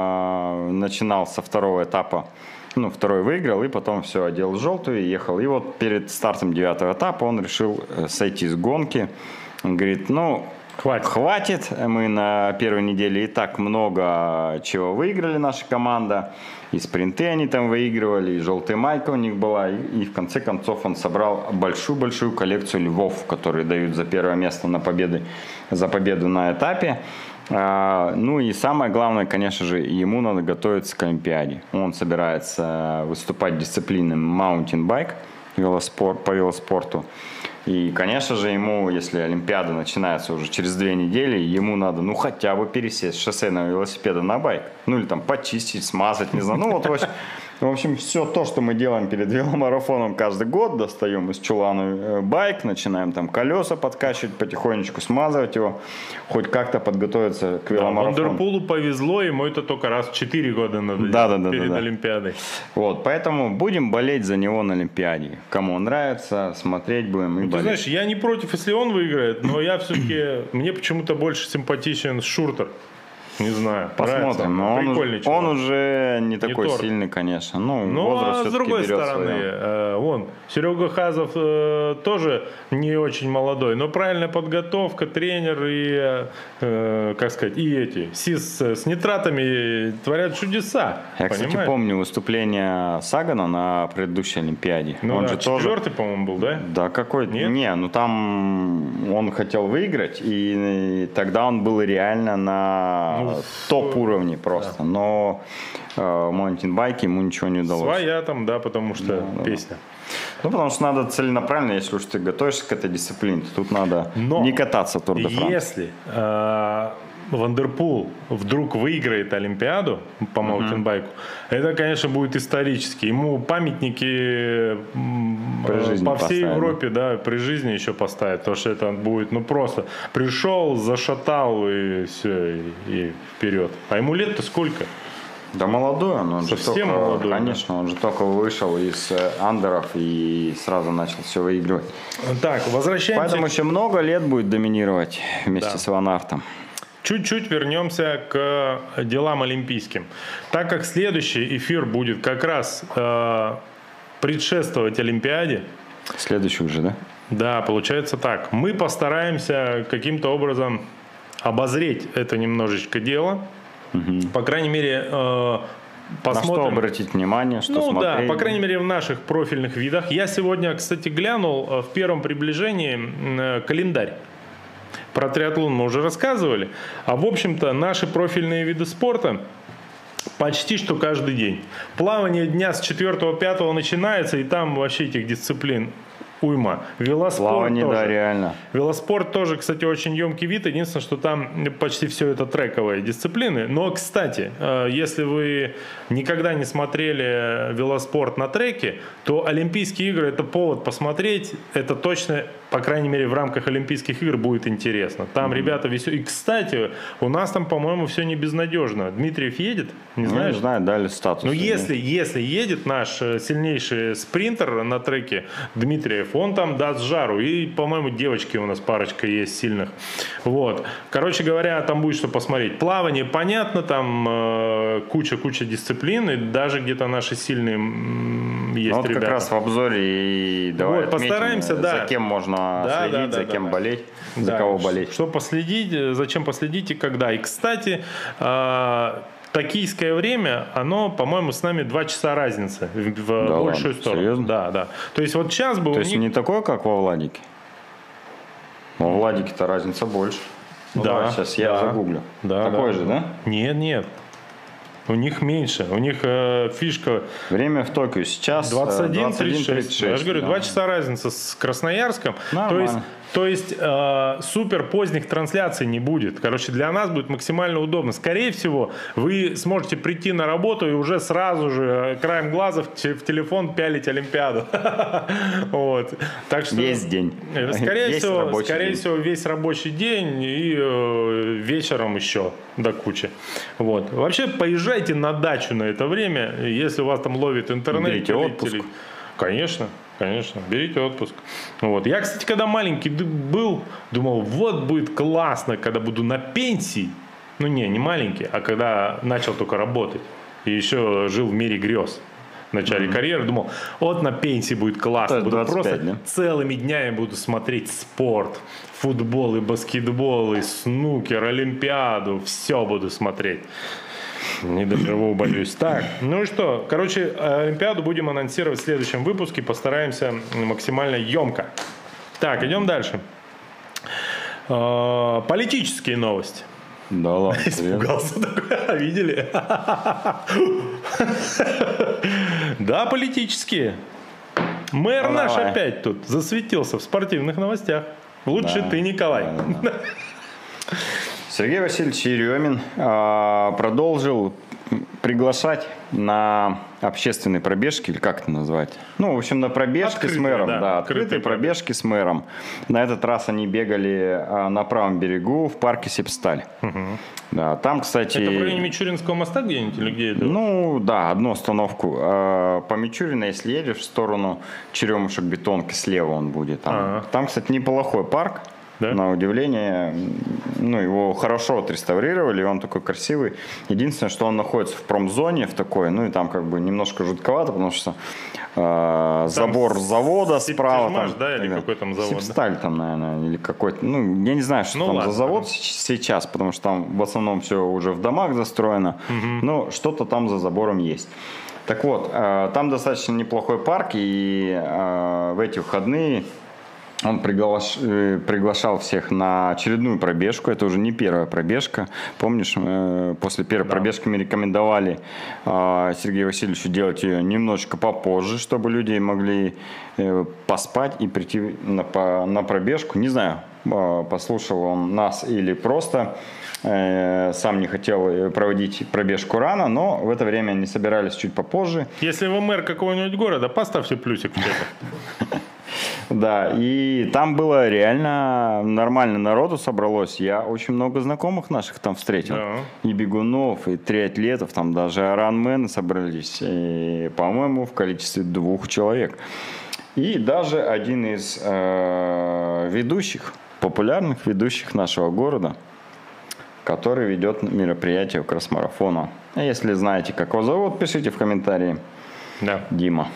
Э, начинал со второго этапа. Ну, второй выиграл, и потом все, одел желтую и ехал. И вот перед стартом девятого этапа он решил э, сойти с гонки. Он говорит, ну, Хватит. хватит. Мы на первой неделе и так много чего выиграли, наша команда. И спринты они там выигрывали, и желтая майка у них была. И, и в конце концов он собрал большую-большую коллекцию львов, которые дают за первое место на победы, за победу на этапе. А, ну и самое главное, конечно же, ему надо готовиться к Олимпиаде. Он собирается выступать в дисциплине Mountain Bike велоспорт, по велоспорту. И, конечно же, ему, если Олимпиада начинается уже через две недели, ему надо, ну, хотя бы пересесть с шоссейного велосипеда на байк. Ну, или там почистить, смазать, не знаю. Ну, вот, в общем, в общем, все то, что мы делаем перед веломарафоном каждый год, достаем из чулана байк, начинаем там колеса подкачивать, потихонечку смазывать его, хоть как-то подготовиться к Да, веломарафону. Ван дер Пулу повезло, ему это только раз в четыре года надо Да, делать да, да, перед да, да. Олимпиадой. Вот, поэтому будем болеть за него на Олимпиаде. Кому нравится, смотреть будем и Ты болеть. знаешь, я не против, если он выиграет, но я все-таки, мне почему-то больше симпатичен Шуртер. Не знаю, нравится. Посмотрим. Но он, Прикольный уж- чувак. он уже не такой торт. сильный, конечно. Ну, Ну, возраст а с все-таки другой берет стороны, своё. э, вон, Серега Хазов э, тоже не очень молодой, но правильная подготовка, тренер и, э, как сказать, и эти, СИС с нитратами творят чудеса. Я, кстати, понимаешь? помню выступление Сагана на предыдущей Олимпиаде. Ну он да, же тоже... четвертый, по-моему, был, да? Да, какой-то. Нет? Не, ну там он хотел выиграть, и, и тогда он был реально на Ну, топ-уровне просто. Но э, в маунтинбайке ему ничего не удалось. Своя там, да, потому что да. песня. Ну, потому что надо целенаправленно, если уж ты готовишься к этой дисциплине, то тут надо Но не кататься в Тур де Франс. Если э, Ван дер Пул вдруг выиграет Олимпиаду по маунтинбайку, это, конечно, будет исторически. Ему памятники м, При жизни по всей поставят, Европе, да, при жизни еще поставят, потому что это будет, ну, просто пришел, зашатал и все, и, и вперед. А ему лет-то сколько? Да молодой он, он же Совсем только, молодой, конечно, он же только вышел из э, андеров и сразу начал все выигрывать. Так, возвращаемся. Поэтому еще много лет будет доминировать вместе Да. с Ван Артом. Чуть-чуть вернемся к делам олимпийским. Так как следующий эфир будет как раз э, предшествовать Олимпиаде, Следующий уже, да? да, получается так. Мы постараемся каким-то образом обозреть это немножечко дело. По крайней мере, э, посмотрим. На что обратить внимание, что Ну смотреть. да, по крайней мере в наших профильных видах. Я сегодня, кстати, глянул э, в первом приближении э, календарь. Про триатлон мы уже рассказывали. А в общем-то наши профильные виды спорта почти что каждый день. Плавание дня с четвёртого-пятого начинается, и там вообще этих дисциплин уйма. Велоспорт Плавание, тоже. да, реально. Велоспорт тоже, кстати, очень емкий вид. Единственное, что там почти все это трековые дисциплины. Но, кстати, если вы никогда не смотрели велоспорт на треке, то Олимпийские игры – это повод посмотреть. Это точно, по крайней мере, в рамках Олимпийских игр будет интересно. Там mm-hmm. ребята веселые. И, кстати, у нас там, по-моему, все не безнадежно. Дмитриев едет? Не знаешь? Не знаю, дали статус. Ну, если, если едет наш сильнейший спринтер на треке Дмитриев, он там даст жару. И, по-моему, девочки у нас парочка есть сильных. Вот. Короче говоря, там будет что посмотреть. Плавание, понятно, там куча-куча э, дисциплин. И даже где-то наши сильные м, есть ну, вот ребята. Как раз в обзоре и давай вот, отметим, постараемся, за да. кем можно да, следить, да, да, за да, кем да. болеть, да. за кого болеть. Что последить, зачем последить и когда. И, кстати, э, токийское время, оно, по-моему, с нами два часа разницы в да большую ладно, сторону. Серьезно? Да, да. То есть вот сейчас бы То у есть них... не такое, как во Владике? Во Владике-то разница больше. Ну, да, давай, сейчас я да, загуглю. Да, Такое да. же, да? Нет, нет. У них меньше. У них э, фишка... Время в Токио сейчас двадцать один тридцать шесть. тридцать шесть. Я же говорю, да. два часа разница с Красноярском. Нормально. То есть, то есть э, супер поздних трансляций не будет. Короче, для нас будет максимально удобно. Скорее всего, вы сможете прийти на работу и уже сразу же краем глаза в, в телефон пялить Олимпиаду. Вот. Так что, весь день. Скорее, весь всего, скорее день. всего, весь рабочий день и э, вечером еще до кучи. Вот. Вообще, поезжайте на дачу на это время, если у вас там ловит интернет. Берите отпуск. Конечно. Конечно, берите отпуск. Вот. Я, кстати, когда маленький был, думал, вот будет классно, когда буду на пенсии. Ну не, не маленький, а когда начал только работать. И еще жил в мире грез. В начале mm-hmm. карьеры думал, вот на пенсии будет классно. Буду двадцать пять, просто да? целыми днями буду смотреть спорт. Футбол и баскетбол, и снукер, Олимпиаду. Все буду смотреть. Не доживу, боюсь. Так, ну и что? Короче, Олимпиаду будем анонсировать в следующем выпуске. Постараемся максимально емко. Так, идем дальше. Политические новости. Да ладно. Испугался такой. Видели? Да, политические. Мэр наш опять тут засветился в спортивных новостях. Лучше ты, Николай. Сергей Васильевич Еремин э, продолжил приглашать на общественные пробежки, или как это назвать? Ну, в общем, на пробежки открытые, с мэром. Да, да, открытые, открытые пробежки с мэром. На этот раз они бегали э, на правом берегу в парке Сепсталь. Угу. Да, там, кстати... Это в районе Мичуринского моста где-нибудь или где это? Ну, да, одну остановку. Э, по Мичурина, если едешь в сторону Черемушек-Бетонки, слева он будет. Там, А-а. там, кстати, неплохой парк. Да? На удивление, ну, его хорошо отреставрировали, и он такой красивый. Единственное, что он находится в промзоне, в такой, ну, и там как бы немножко жутковато, потому что э, забор завода справа. Септижмаш, там, да, или какой там завод? Сепсталь да? там, наверное, или какой-то, ну, я не знаю, что ну, там ладно. за завод сейчас, потому что там в основном все уже в домах застроено, угу. но что-то там за забором есть. Так вот, э, там достаточно неплохой парк, и э, в эти выходные он приглаш... приглашал всех на очередную пробежку. Это уже не первая пробежка. Помнишь, после первой да. пробежки мы рекомендовали Сергею Васильевичу делать ее немножечко попозже, чтобы люди могли поспать и прийти на, на пробежку. Не знаю, послушал он нас или просто сам не хотел проводить пробежку рано, но в это время они собирались чуть попозже. Если вы мэр какого-нибудь города, поставьте плюсик в это. Да, и там было реально нормально народу собралось. Я очень много знакомых наших там встретил. Да. И бегунов, и триатлетов, там даже айронмены собрались. И, по-моему, в количестве двух человек. И даже один из э, ведущих, популярных ведущих нашего города, который ведет мероприятие к кросс-марафону. А если знаете, как его зовут, пишите в комментарии. Да. Дима.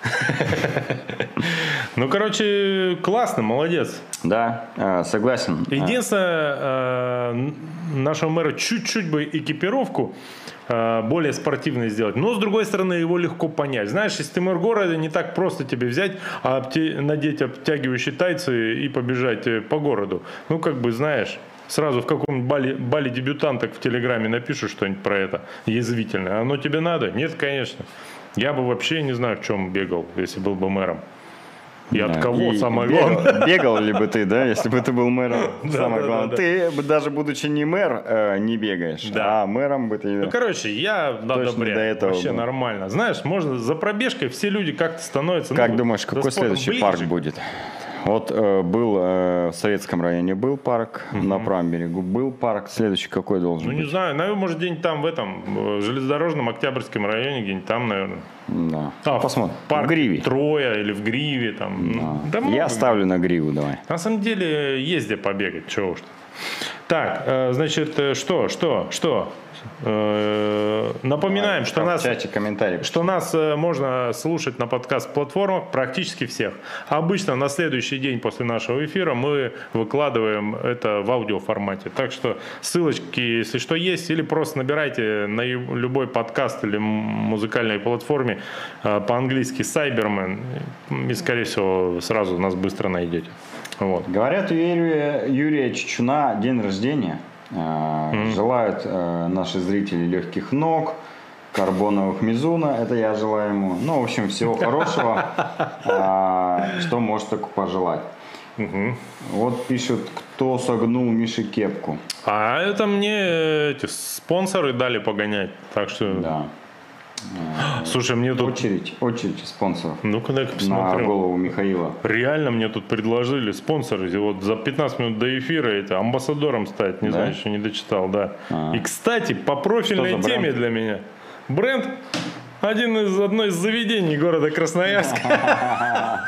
Ну, короче, классно, молодец. Да, согласен. Единственное, нашему мэру чуть-чуть бы экипировку более спортивной сделать. Но, с другой стороны, его легко понять. Знаешь, если ты мэр города, не так просто тебе взять, а надеть обтягивающие тайцы и побежать по городу. Ну, как бы, знаешь... Сразу в каком-нибудь бале, бале дебютанток в Телеграме напишут что-нибудь про это язвительное. Оно тебе надо? Нет, конечно. Я бы вообще не знаю, в чем бегал, если был бы мэром. И от Да. кого, И самое бегал, главное. Бегал ли бы ты, да, если бы ты был мэром? Да, Самое да, главное. да, да. Ты, бы даже будучи не мэр, э, не бегаешь. Да. А мэром бы ты... Ну, короче, я одобряю. до этого Вообще был. нормально. Знаешь, можно за пробежкой все люди как-то становятся... Как ну, думаешь, за какой спортом следующий ближе. парк будет? Вот э, был э, в Советском районе был парк, на правом берегу был парк. Следующий какой должен Ну, быть? не знаю, наверное, может, где-нибудь там, в этом, в железнодорожном Октябрьском районе, где-нибудь там, наверное. Да. А, Посмотрим. Парк В Гриве. Троя или в Гриве, там. Ну, да много Я где. ставлю на Гриву, давай. На самом деле, есть где побегать, чего уж. Так, э, значит, э, что, что, что? Э, Напоминаем, что в нас... чате комментарий. Что нас э, можно слушать на подкаст-платформах практически всех. Обычно на следующий день после нашего эфира мы выкладываем это в аудиоформате. Так что ссылочки, если что, есть. Или просто набирайте на ю- любой подкаст или м- музыкальной платформе э, по-английски Cyberman. И, скорее всего, сразу нас быстро найдете. Вот. Говорят, у Юрия, Юрия Чечуна день рождения. Э, Желают э, наши зрители легких ног, карбоновых Мизуна. Это я желаю ему. Ну, в общем, всего хорошего. Э, Что может только пожелать. Вот пишут, кто согнул Мише кепку. А это мне эти спонсоры дали погонять. Так что, Да. слушай, мне тут... Очередь, очередь спонсоров Ну-ка, дай-ка на посмотрю. голову Михаила. Реально мне тут предложили спонсоры. Вот за пятнадцать минут до эфира это амбассадором стать. Не Да? знаю, еще не дочитал, да. А. И, кстати, по профильной Что за теме бренд? для меня. Бренд один из одно из заведений города Красноярска.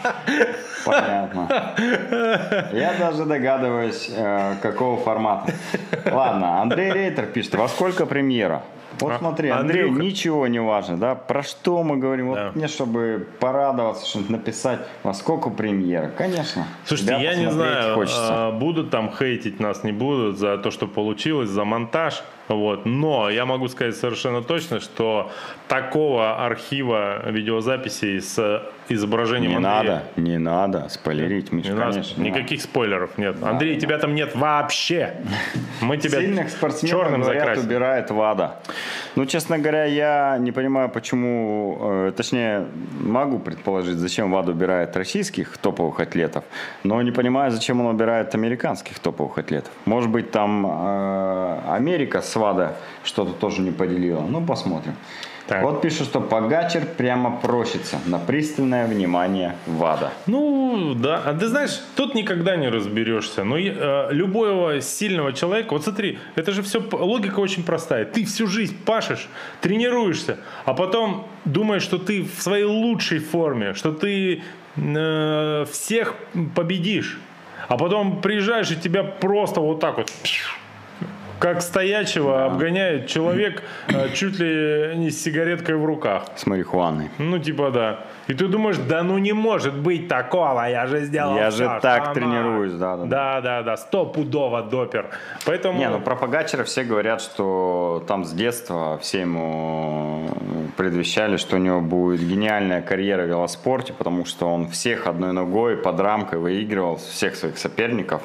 Понятно. Я даже догадываюсь, э, какого формата. Ладно, Андрей Рейтер пишет, во сколько премьера? Вот А, смотри, Андрей, Андрюха. ничего не важно, да, про что мы говорим, вот Да. мне, чтобы порадоваться, что-нибудь написать, во сколько премьера, конечно. Слушайте, Тебя я не посмотреть знаю, хочется. а, будут там хейтить нас, не будут за то, что получилось, за монтаж. Вот. Но я могу сказать совершенно точно, что такого архива видеозаписей с изображением Не Андрея... надо, не надо спойлерить, Миша, Не надо. конечно. не Никаких спойлеров нет. Андрей, тебя там нет вообще. Мы тебя Сильных спортсменов, черным говорят, закрасим. убирает ВАДА. Ну, честно говоря, я не понимаю, почему, э, точнее, могу предположить, зачем ВАДА убирает российских топовых атлетов, но не понимаю, зачем он убирает американских топовых атлетов. Может быть, там э, Америка с ВАДА что-то тоже не поделила. Ну, посмотрим. Так. Вот пишут, что Погачер прямо просится на пристальное внимание ВАДА. Ну, да. А ты знаешь, тут никогда не разберешься. Но э, любого сильного человека... Вот смотри, это же все... Логика очень простая. Ты всю жизнь пашешь, тренируешься, а потом думаешь, что ты в своей лучшей форме, что ты э, всех победишь. А потом приезжаешь, и тебя просто вот так вот... Как стоячего Да. обгоняет человек э, чуть ли не с сигареткой в руках. С марихуаной. Ну, типа, да. И ты думаешь, да ну не может быть такого, я же сделал Я всё, же так что тренируюсь, мог». да, да, Да, да, да, стопудово допер. Поэтому... Не, ну про Погачера все говорят, что там с детства все ему предвещали, что у него будет гениальная карьера в велоспорте, потому что он всех одной ногой под рамкой выигрывал, всех своих соперников.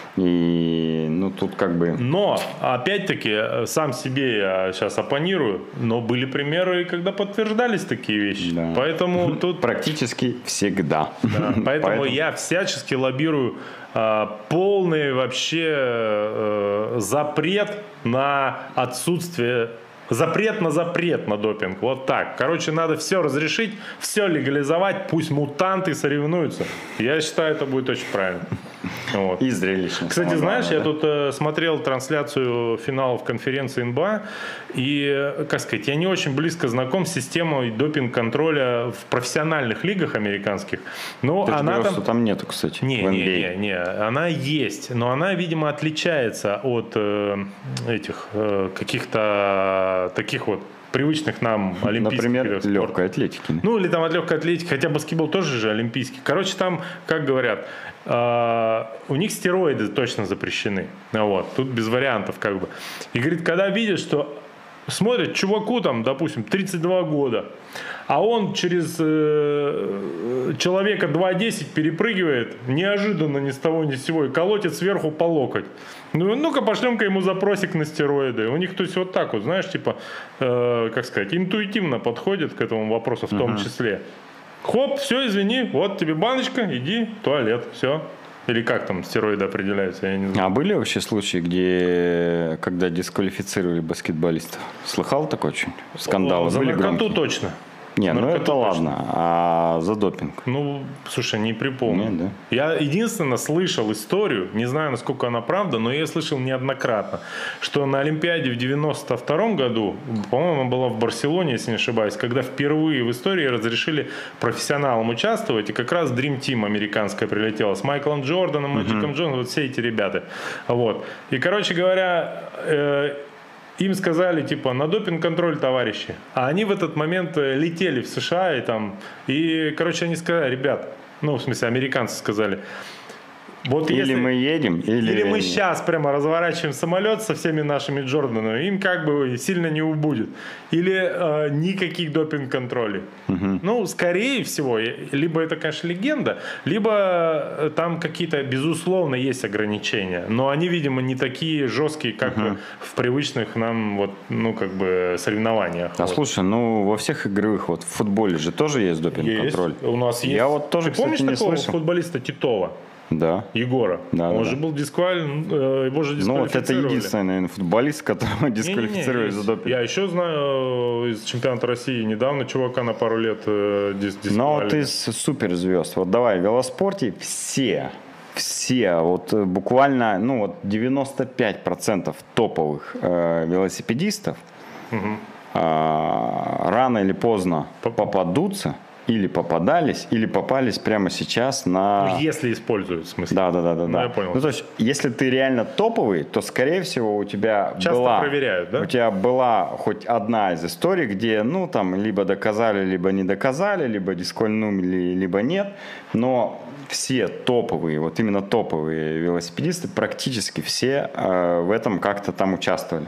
И ну тут как бы... Но, опять-таки, сам себе я сейчас оппонирую, но были примеры, когда подтверждались такие вещи. Да. Поэтому тут... Практически всегда. Да, поэтому, я всячески лоббирую э, полный вообще э, запрет на отсутствие, запрет на запрет на допинг. Вот так. Короче, надо все разрешить, все легализовать, пусть мутанты соревнуются. Я считаю, это будет очень правильно. Вот. И зрелищно. Кстати, самое знаешь, главное, я да. тут э, смотрел трансляцию финалов конференции эн бэ а, и, э, как сказать, я не очень близко знаком с системой допинг-контроля в профессиональных лигах американских. Но Ты же она говорил, там... что там нету, кстати, Не, в не, эн би эй. не, не, она есть, но она, видимо, отличается от э, этих э, каких-то таких вот привычных нам олимпийских Например, видов спорта. легкой атлетики. да? Ну, или там от легкой атлетики, хотя баскетбол тоже же олимпийский. Короче, там, как говорят, э, у них стероиды точно запрещены. Вот, тут без вариантов как бы. И говорит, когда видят, что смотрят, чуваку там, допустим, тридцать два года, а он через э, человека два десять перепрыгивает неожиданно ни с того ни с сего и колотит сверху по локоть. Ну, ну-ка, пошлем-ка ему запросик на стероиды. У них, то есть, вот так вот, знаешь, типа, э, как сказать, интуитивно подходят к этому вопросу в том Мгм. числе. Хоп, все, извини, вот тебе баночка, иди в туалет, все. Или как там стероиды определяются, я не знаю. А были вообще случаи, где, когда дисквалифицировали баскетболистов? Слыхал такой что-нибудь? Скандалы За были наркоту громкие? точно. Не, ну Наркоту это точно. ладно. А за допинг? Ну, слушай, не припомню. Нет, да? Я единственно слышал историю, не знаю, насколько она правда, но я слышал неоднократно, что на Олимпиаде в девяносто втором году, по-моему, она была в Барселоне, если не ошибаюсь, когда впервые в истории разрешили профессионалам участвовать, и как раз Dream Team американская прилетела с Майклом Джорданом, Мэджиком uh-huh. Джонсоном, вот все эти ребята. Вот. И, короче говоря, э- им сказали, типа, на допинг-контроль, товарищи. А они в этот момент летели в США, и там, и, короче, они сказали, ребят, ну, в смысле, американцы сказали, вот или если, мы едем, или... или мы сейчас прямо разворачиваем самолет со всеми нашими Джорданами, им как бы сильно не убудет. Или э, никаких допинг-контролей. Угу. Ну, скорее всего, либо это, конечно, легенда, либо там какие-то, безусловно, есть ограничения. Но они, видимо, не такие жесткие, как угу. в привычных нам, вот, ну, как бы, соревнованиях. А вот. Слушай, ну, во всех игровых, вот в футболе же тоже есть допинг-контроль. Есть. У нас есть. Я вот тоже, Ты помнишь кстати, не такого слышал. футболиста Титова? Да. Егора. Да, Он да, же да. был дисквален, его же дисквалифицировали. Ну вот это единственный, наверное, футболист, которого дисквалифицировали Не-не-не, за допинг. Я еще знаю из чемпионата России недавно чувака на пару лет дис- дисквалили. Но вот из суперзвезд. Вот давай, в велоспорте все, все, вот буквально, ну вот девяносто пять процентов топовых э, велосипедистов угу. э, рано или поздно попадутся. Или попадались, или попались прямо сейчас на... Ну, если используют, в смысле. Да, да, да, да. Ну, да. я понял. Ну, то есть, если ты реально топовый, то, скорее всего, у тебя часто была... проверяют, да? У тебя была хоть одна из историй, где, ну, там, либо доказали, либо не доказали, либо дисквалифицировали, либо нет. Но все топовые, вот именно топовые велосипедисты, практически все э, в этом как-то там участвовали.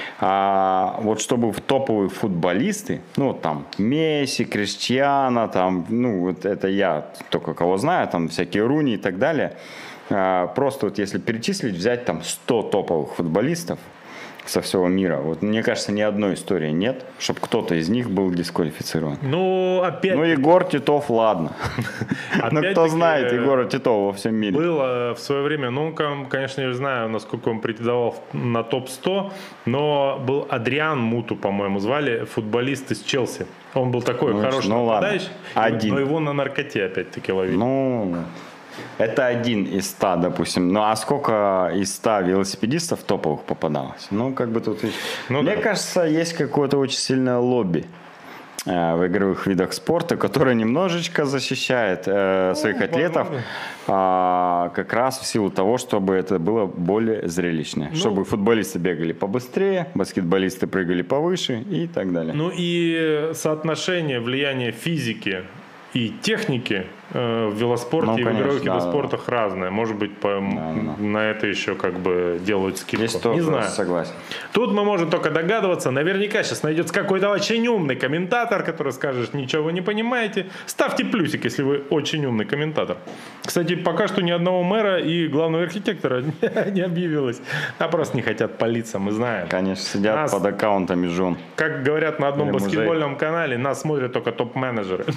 А вот чтобы в топовые футболисты, ну, там, Месси, Криштиану, там, ну, вот это я только кого знаю, там, всякие Руни и так далее. А, просто вот если перечислить, взять там сто топовых футболистов со всего мира, вот мне кажется, ни одной истории нет, чтобы кто-то из них был дисквалифицирован. Ну, опять... Ну, Егор Титов, ладно. Ну, кто знает Егора Титова во всем мире. Было в свое время, ну, конечно, я не знаю, насколько он претендовал на топ сто, но был Адриан Муту, по-моему, звали, футболист из Челси. Он был такой ну, хороший ну, нападающий, один. Но его на наркоте опять-таки ловили. Ну... Это один из ста, допустим. Ну, а сколько из ста велосипедистов топовых попадалось? Ну, как бы тут... Ну, Мне да. кажется, есть какое-то очень сильное лобби э, в игровых видах спорта, которое немножечко защищает э, ну, своих атлетов э, как раз в силу того, чтобы это было более зрелищно. Ну, чтобы футболисты бегали побыстрее, баскетболисты прыгали повыше и так далее. Ну, и соотношение влияния физики и техники э, в велоспорте ну, и в игровых видах да, спорта да. разное. Может быть, по, да, да. на это еще как бы делают скидку. Здесь тоже не знаю. Согласен. Тут мы можем только догадываться. Наверняка сейчас найдется какой-то очень умный комментатор, который скажет, ничего вы не понимаете. Ставьте плюсик, если вы очень умный комментатор. Кстати, пока что ни одного мэра и главного архитектора не объявилось. А просто не хотят палиться, мы знаем. Конечно, сидят нас, под аккаунтами жен. Как говорят на одном Или баскетбольном мужей. канале, нас смотрят только топ-менеджеры.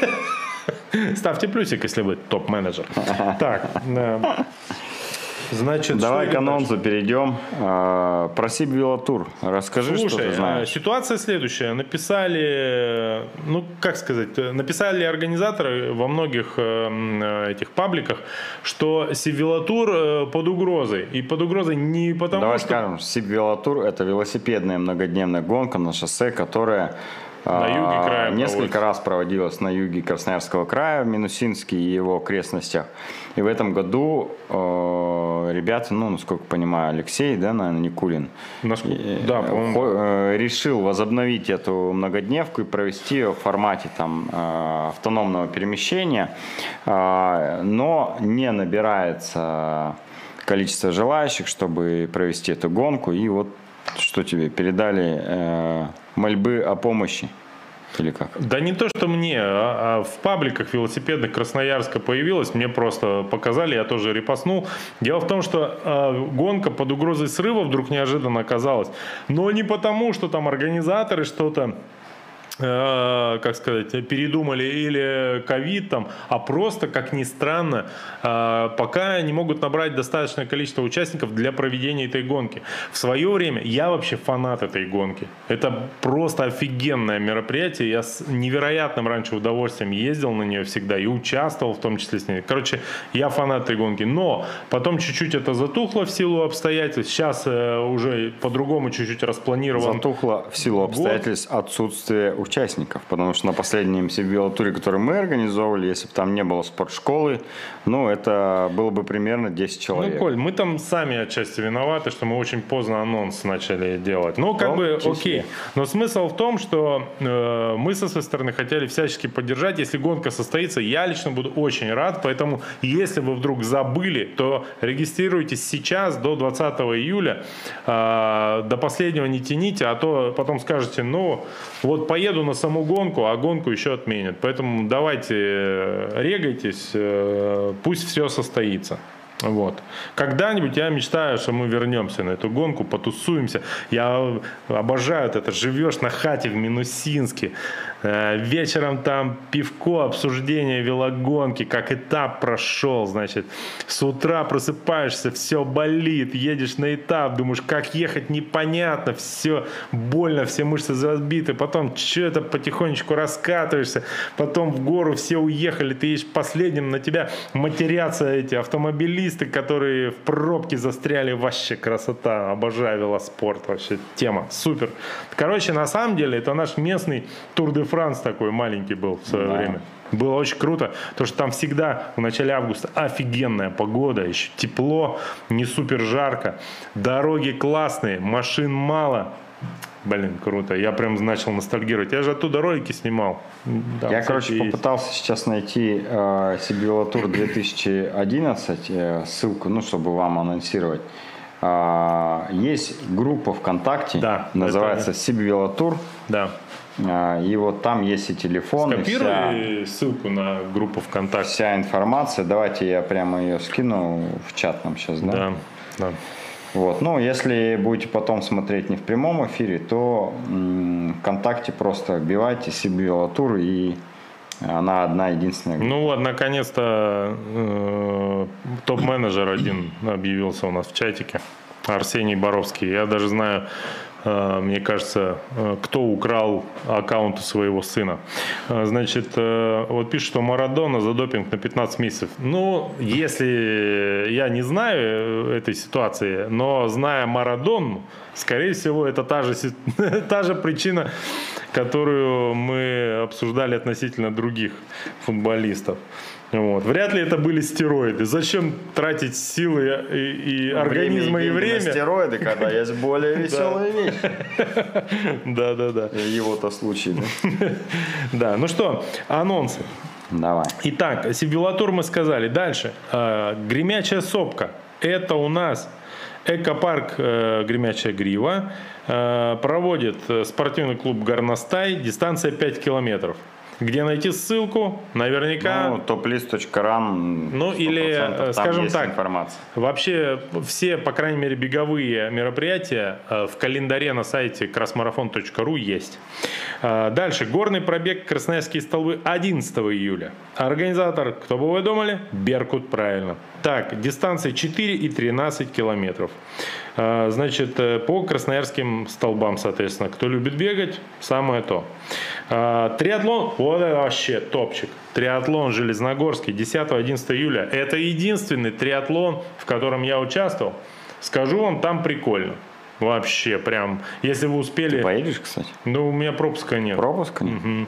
Ставьте плюсик, если вы топ-менеджер. Так, значит, давай к анонсу перейдем. Про Сибвелотур расскажи, Слушай, что ты знаешь. Ситуация следующая. Написали, ну, как сказать, написали организаторы во многих этих пабликах, что Сибвелотур под угрозой. И под угрозой не потому, давай что... скажем, Сибвелотур – это велосипедная многодневная гонка на шоссе, которая... На юге края несколько проводится. раз проводилась на юге Красноярского края, в Минусинске и его окрестностях. И в этом году э, ребята, ну, насколько понимаю, Алексей, да, наверное, Никулин, Насколько? И, да, э, решил возобновить эту многодневку и провести ее в формате там, э, автономного перемещения, э, но не набирается количество желающих, чтобы провести эту гонку. И вот что тебе передали э, мольбы о помощи или как? Да не то, что мне, а, а в пабликах велосипедных Красноярска появилось, мне просто показали, я тоже репостнул. Дело в том, что э, гонка под угрозой срыва вдруг неожиданно оказалась, но не потому, что там организаторы что-то э, как сказать, передумали или ковид там, а просто, как ни странно, э, пока не могут набрать достаточное количество участников для проведения этой гонки. В свое время я вообще фанат этой гонки. Это просто офигенное мероприятие. Я с невероятным раньше удовольствием ездил на нее всегда и участвовал в том числе с ней. Короче, я фанат этой гонки. Но потом чуть-чуть это затухло в силу обстоятельств. Сейчас э, уже по-другому чуть-чуть распланировано. Затухло в силу обстоятельств отсутствия участников, потому что на последнем сибвелотуре, который мы организовывали, если бы там не было спортшколы, ну, это было бы примерно десять человек. Ну, Коль, мы там сами отчасти виноваты, что мы очень поздно анонс начали делать. Ну, как бы, окей. Но смысл в том, что э, мы со своей стороны хотели всячески поддержать. Если гонка состоится, я лично буду очень рад. Поэтому, если вы вдруг забыли, то регистрируйтесь сейчас до двадцатого июля. Э, до последнего не тяните, а то потом скажете, ну, вот поеду на саму гонку, а гонку еще отменят. Поэтому давайте регайтесь, э, пусть все состоится. Вот. Когда-нибудь я мечтаю, что мы вернемся на эту гонку, потусуемся. Я обожаю это. Живешь на хате в Минусинске. Вечером там пивко, обсуждение велогонки, как этап прошел. Значит, с утра просыпаешься, все болит, едешь на этап, думаешь, как ехать непонятно, все больно, все мышцы забиты. Потом что-то потихонечку раскатываешься, потом в гору все уехали, ты едешь последним, на тебя матерятся эти автомобилисты, которые в пробке застряли. Вообще красота, обожаю велоспорт, вообще тема, супер. Короче, на самом деле, это наш местный Тур де Франс такой маленький был в свое да. время. Было очень круто, потому что там всегда в начале августа офигенная погода, еще тепло, не супер жарко, дороги классные, машин мало. Блин, круто. Я прям начал ностальгировать. Я же оттуда ролики снимал. Там Я, короче, есть. попытался сейчас найти э, сибвелотур две тысячи одиннадцать, э, ссылку, ну, чтобы вам анонсировать. Э, есть группа ВКонтакте, да, называется это... сибвелотур. Да. И вот там есть и телефон. Скопируй вся, ссылку на группу ВКонтакте. Вся информация. Давайте я прямо ее скину в чат нам сейчас, да? Да, да. Вот. Ну, если будете потом смотреть не в прямом эфире, то м- ВКонтакте просто вбивайте сибвелотур, и она одна единственная. Ну вот, наконец-то э- топ-менеджер один объявился у нас в чатике. Арсений Боровский. Я даже знаю, мне кажется, кто украл аккаунт у своего сына. Значит, вот пишет, что Марадона за допинг на пятнадцать месяцев. Ну, если я не знаю этой ситуации, но зная Марадону, скорее всего, это та же, та же причина, которую мы обсуждали относительно других футболистов. Вот. Вряд ли это были стероиды. Зачем тратить силы и, и организма, время и, и время? На стероиды, когда есть более веселые вещи. Да, да, да. В его-то случае. Да, ну что, анонсы. Давай. Итак, сибвелотур мы сказали. Дальше. Гремячая сопка. Это у нас экопарк Гремячая Грива. Проводит спортивный клуб Горностай. Дистанция пять километров. Где найти ссылку? Наверняка. Ну, топлист точка ран. Ну, или, скажем так, информация. Вообще все, по крайней мере, беговые мероприятия в календаре на сайте красмарафон точка ру есть. Дальше. Горный пробег Красноярские столбы одиннадцатого июля. Организатор, кто бы вы думали? Беркут, правильно. Так, дистанция четыре и тринадцать километров. Значит, по красноярским столбам, соответственно. Кто любит бегать, самое то. Триатлон, вот это вообще топчик. Триатлон Железногорский, десятого-одиннадцатого июля. Это единственный триатлон, в котором я участвовал. Скажу вам, там прикольно. Вообще, прям, если вы успели... Ты поедешь, кстати? Ну, у меня пропуска нет. Пропуска нет? Угу.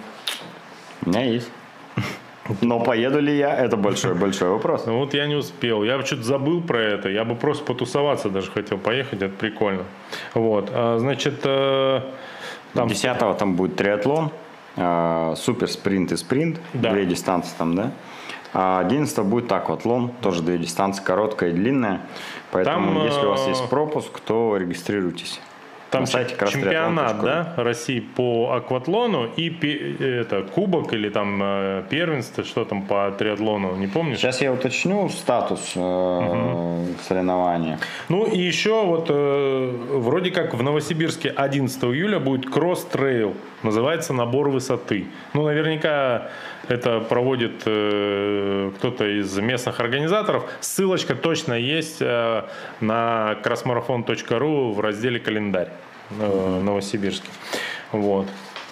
У меня есть. Но поеду ли я, это большой-большой вопрос. Ну вот я не успел. Я что-то забыл про это. Я бы просто потусоваться даже хотел поехать. Это прикольно. Вот. А, значит... Там... десятого там будет триатлон. Супер спринт и спринт. Да. Две дистанции там, да? А одиннадцатого будет акватлон. Тоже две дистанции, короткая и длинная. Поэтому, там, если у вас есть пропуск, то регистрируйтесь. Там на сайте чемпионат, да, России по акватлону и это, кубок или там первенство, что там по триатлону, не помнишь? Сейчас я уточню статус э, угу. соревнования. Ну и еще вот э, вроде как в Новосибирске одиннадцатого июля будет кросс-трейл, называется набор высоты. Ну наверняка это проводит э, кто-то из местных организаторов. Ссылочка точно есть э, на кросмарафон точка ру в разделе «Календарь» э, Новосибирске. Вот.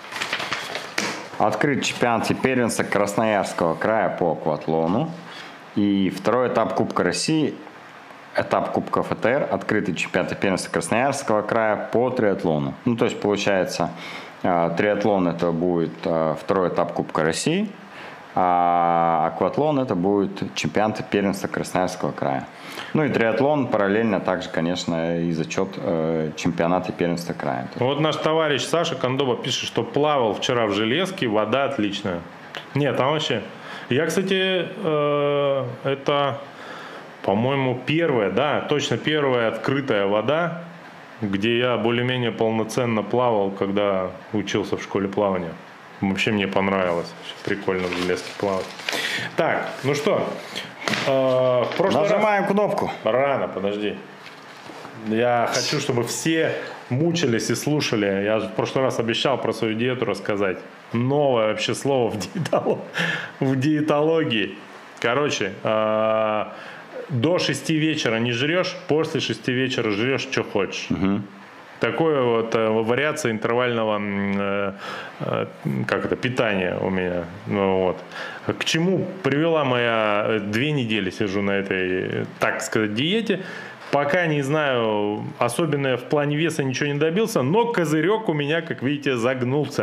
Открыт чемпионат и первенство Красноярского края по акватлону. И второй этап Кубка России, этап Кубка эф тэ эр, открытый чемпионат и первенство Красноярского края по триатлону. Ну, то есть, получается, триатлон это будет второй этап Кубка России, а акватлон это будет чемпионат и первенство Красноярского края. Ну и триатлон параллельно также, конечно, и зачет э, чемпионата и первенства края. Вот наш товарищ Саша Кондоба пишет, что плавал вчера в Железке, вода отличная. Нет, там вообще... Я, кстати, э, это, по-моему, первая, да, точно первая открытая вода, где я более-менее полноценно плавал, когда учился в школе плавания. Вообще мне понравилось. Прикольно в Железке плавать. Так, ну что... Э, в прошлый Нажимаем раз... кнопку. Рано, подожди. Я хочу, чтобы все мучились и слушали. Я в прошлый раз обещал про свою диету рассказать. Новое вообще слово в, диетолог... в диетологии. Короче, э, до шести вечера не жрешь, после шести вечера жрешь, что хочешь. Угу. Такое вот э, вариация интервального э, э, как это, питания у меня. Ну, вот. К чему привела моя... Две недели сижу на этой, так сказать, диете. Пока не знаю, особенно в плане веса ничего не добился, но козырек у меня, как видите, загнулся.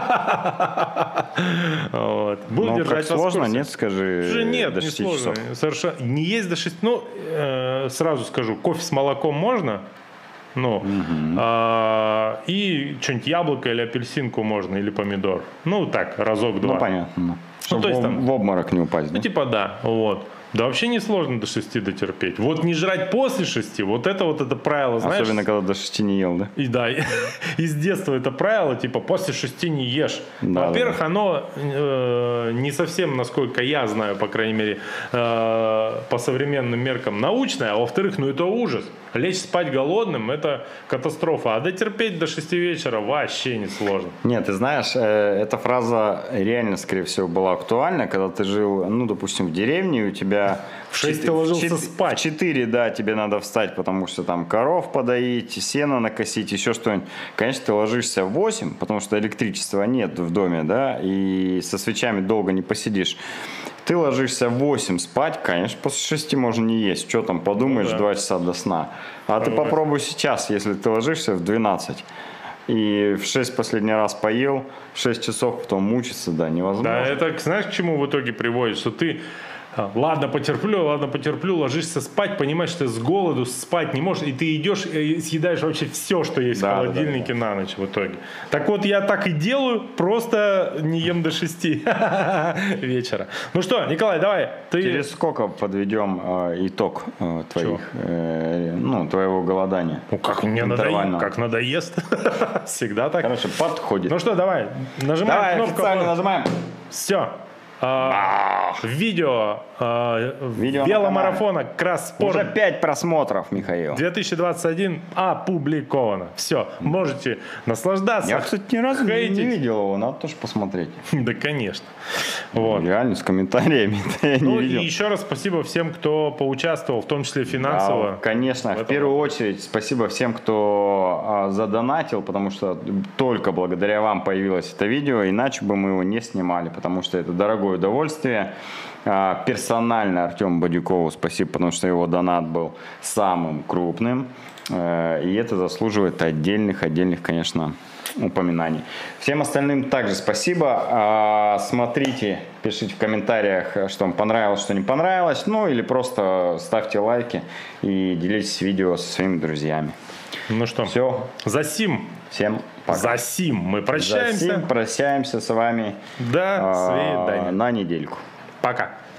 Буду держать вас в курсе. Сложно, нет, скажи. Нет, не сложно. Совершенно не есть до шести. Ну, сразу скажу, кофе с молоком можно. Ну, угу. а, и что-нибудь яблоко или апельсинку можно, или помидор. Ну, так, разок-два. Ну, понятно. Чтобы ну, то есть, там, в обморок не упасть. Ну, да? Типа, да, вот. Да вообще не сложно до шести дотерпеть. Вот не жрать после шести, вот это вот это правило, знаешь. Особенно, когда до шести не ел, да? И да, из детства это правило, типа, после шести не ешь. Да, Во-первых, да. оно э, не совсем, насколько я знаю, по крайней мере, э, по современным меркам научное, а во-вторых, ну это ужас. Лечь спать голодным – это катастрофа. А дотерпеть до шести вечера вообще не сложно. Нет, ты знаешь, э, эта фраза реально, скорее всего, была актуальна, когда ты жил, ну, допустим, в деревне, у тебя в шесть ты ложился спать. В четыре, да, тебе надо встать, потому что там коров подоить, сено накосить, еще что-нибудь. Конечно, ты ложишься в восемь, потому что электричества нет в доме, да, и со свечами долго не посидишь. Ты ложишься в восемь спать, конечно, после шести можно не есть. Что там, подумаешь, ну, да. два часа до сна. А ну, ты попробуй сейчас, если ты ложишься в двенадцать. И в шесть последний раз поел, в шесть часов потом мучиться, да, невозможно. Да, это, знаешь, к чему в итоге приводит? Что ты, ладно, потерплю, ладно, потерплю, ложишься спать, понимаешь, что ты с голоду спать не можешь, и ты идешь и съедаешь вообще все, что есть да, в холодильнике да, да, да. на ночь в итоге. Так вот, я так и делаю, просто не ем до шести вечера. Ну что, Николай, давай. Ты... Через сколько подведем э, итог э, твоих, э, ну, твоего голодания? Ну, как мне надоест, как надоест. Всегда так. Короче, подходит. Ну что, давай, нажимаем давай, кнопку. Официально нажимаем. Все. А, видео, а, видео веломарафона Кросспорт. Уже пять просмотров, Михаил. две тысячи двадцать один опубликовано. Все, можете наслаждаться. Я, кстати, ни разу не, не видел его, надо тоже посмотреть. Да, конечно. Вот. Реально, с комментариями я ну, не видел. И еще раз спасибо всем, кто поучаствовал, в том числе финансово. Да, конечно, в, в первую очередь спасибо всем, кто а, задонатил, потому что только благодаря вам появилось это видео, иначе бы мы его не снимали, потому что это дорогое удовольствие. А, персонально Артему Бадюкову спасибо, потому что его донат был самым крупным. А, и это заслуживает отдельных, отдельных, конечно, упоминаний. Всем остальным также спасибо. А, смотрите, пишите в комментариях, что вам понравилось, что не понравилось. Ну или просто ставьте лайки и делитесь видео со своими друзьями. Ну что, все. За сим. Всем пока. За сим мы прощаемся. За сим прощаемся с вами. До свидания. На недельку. Пока.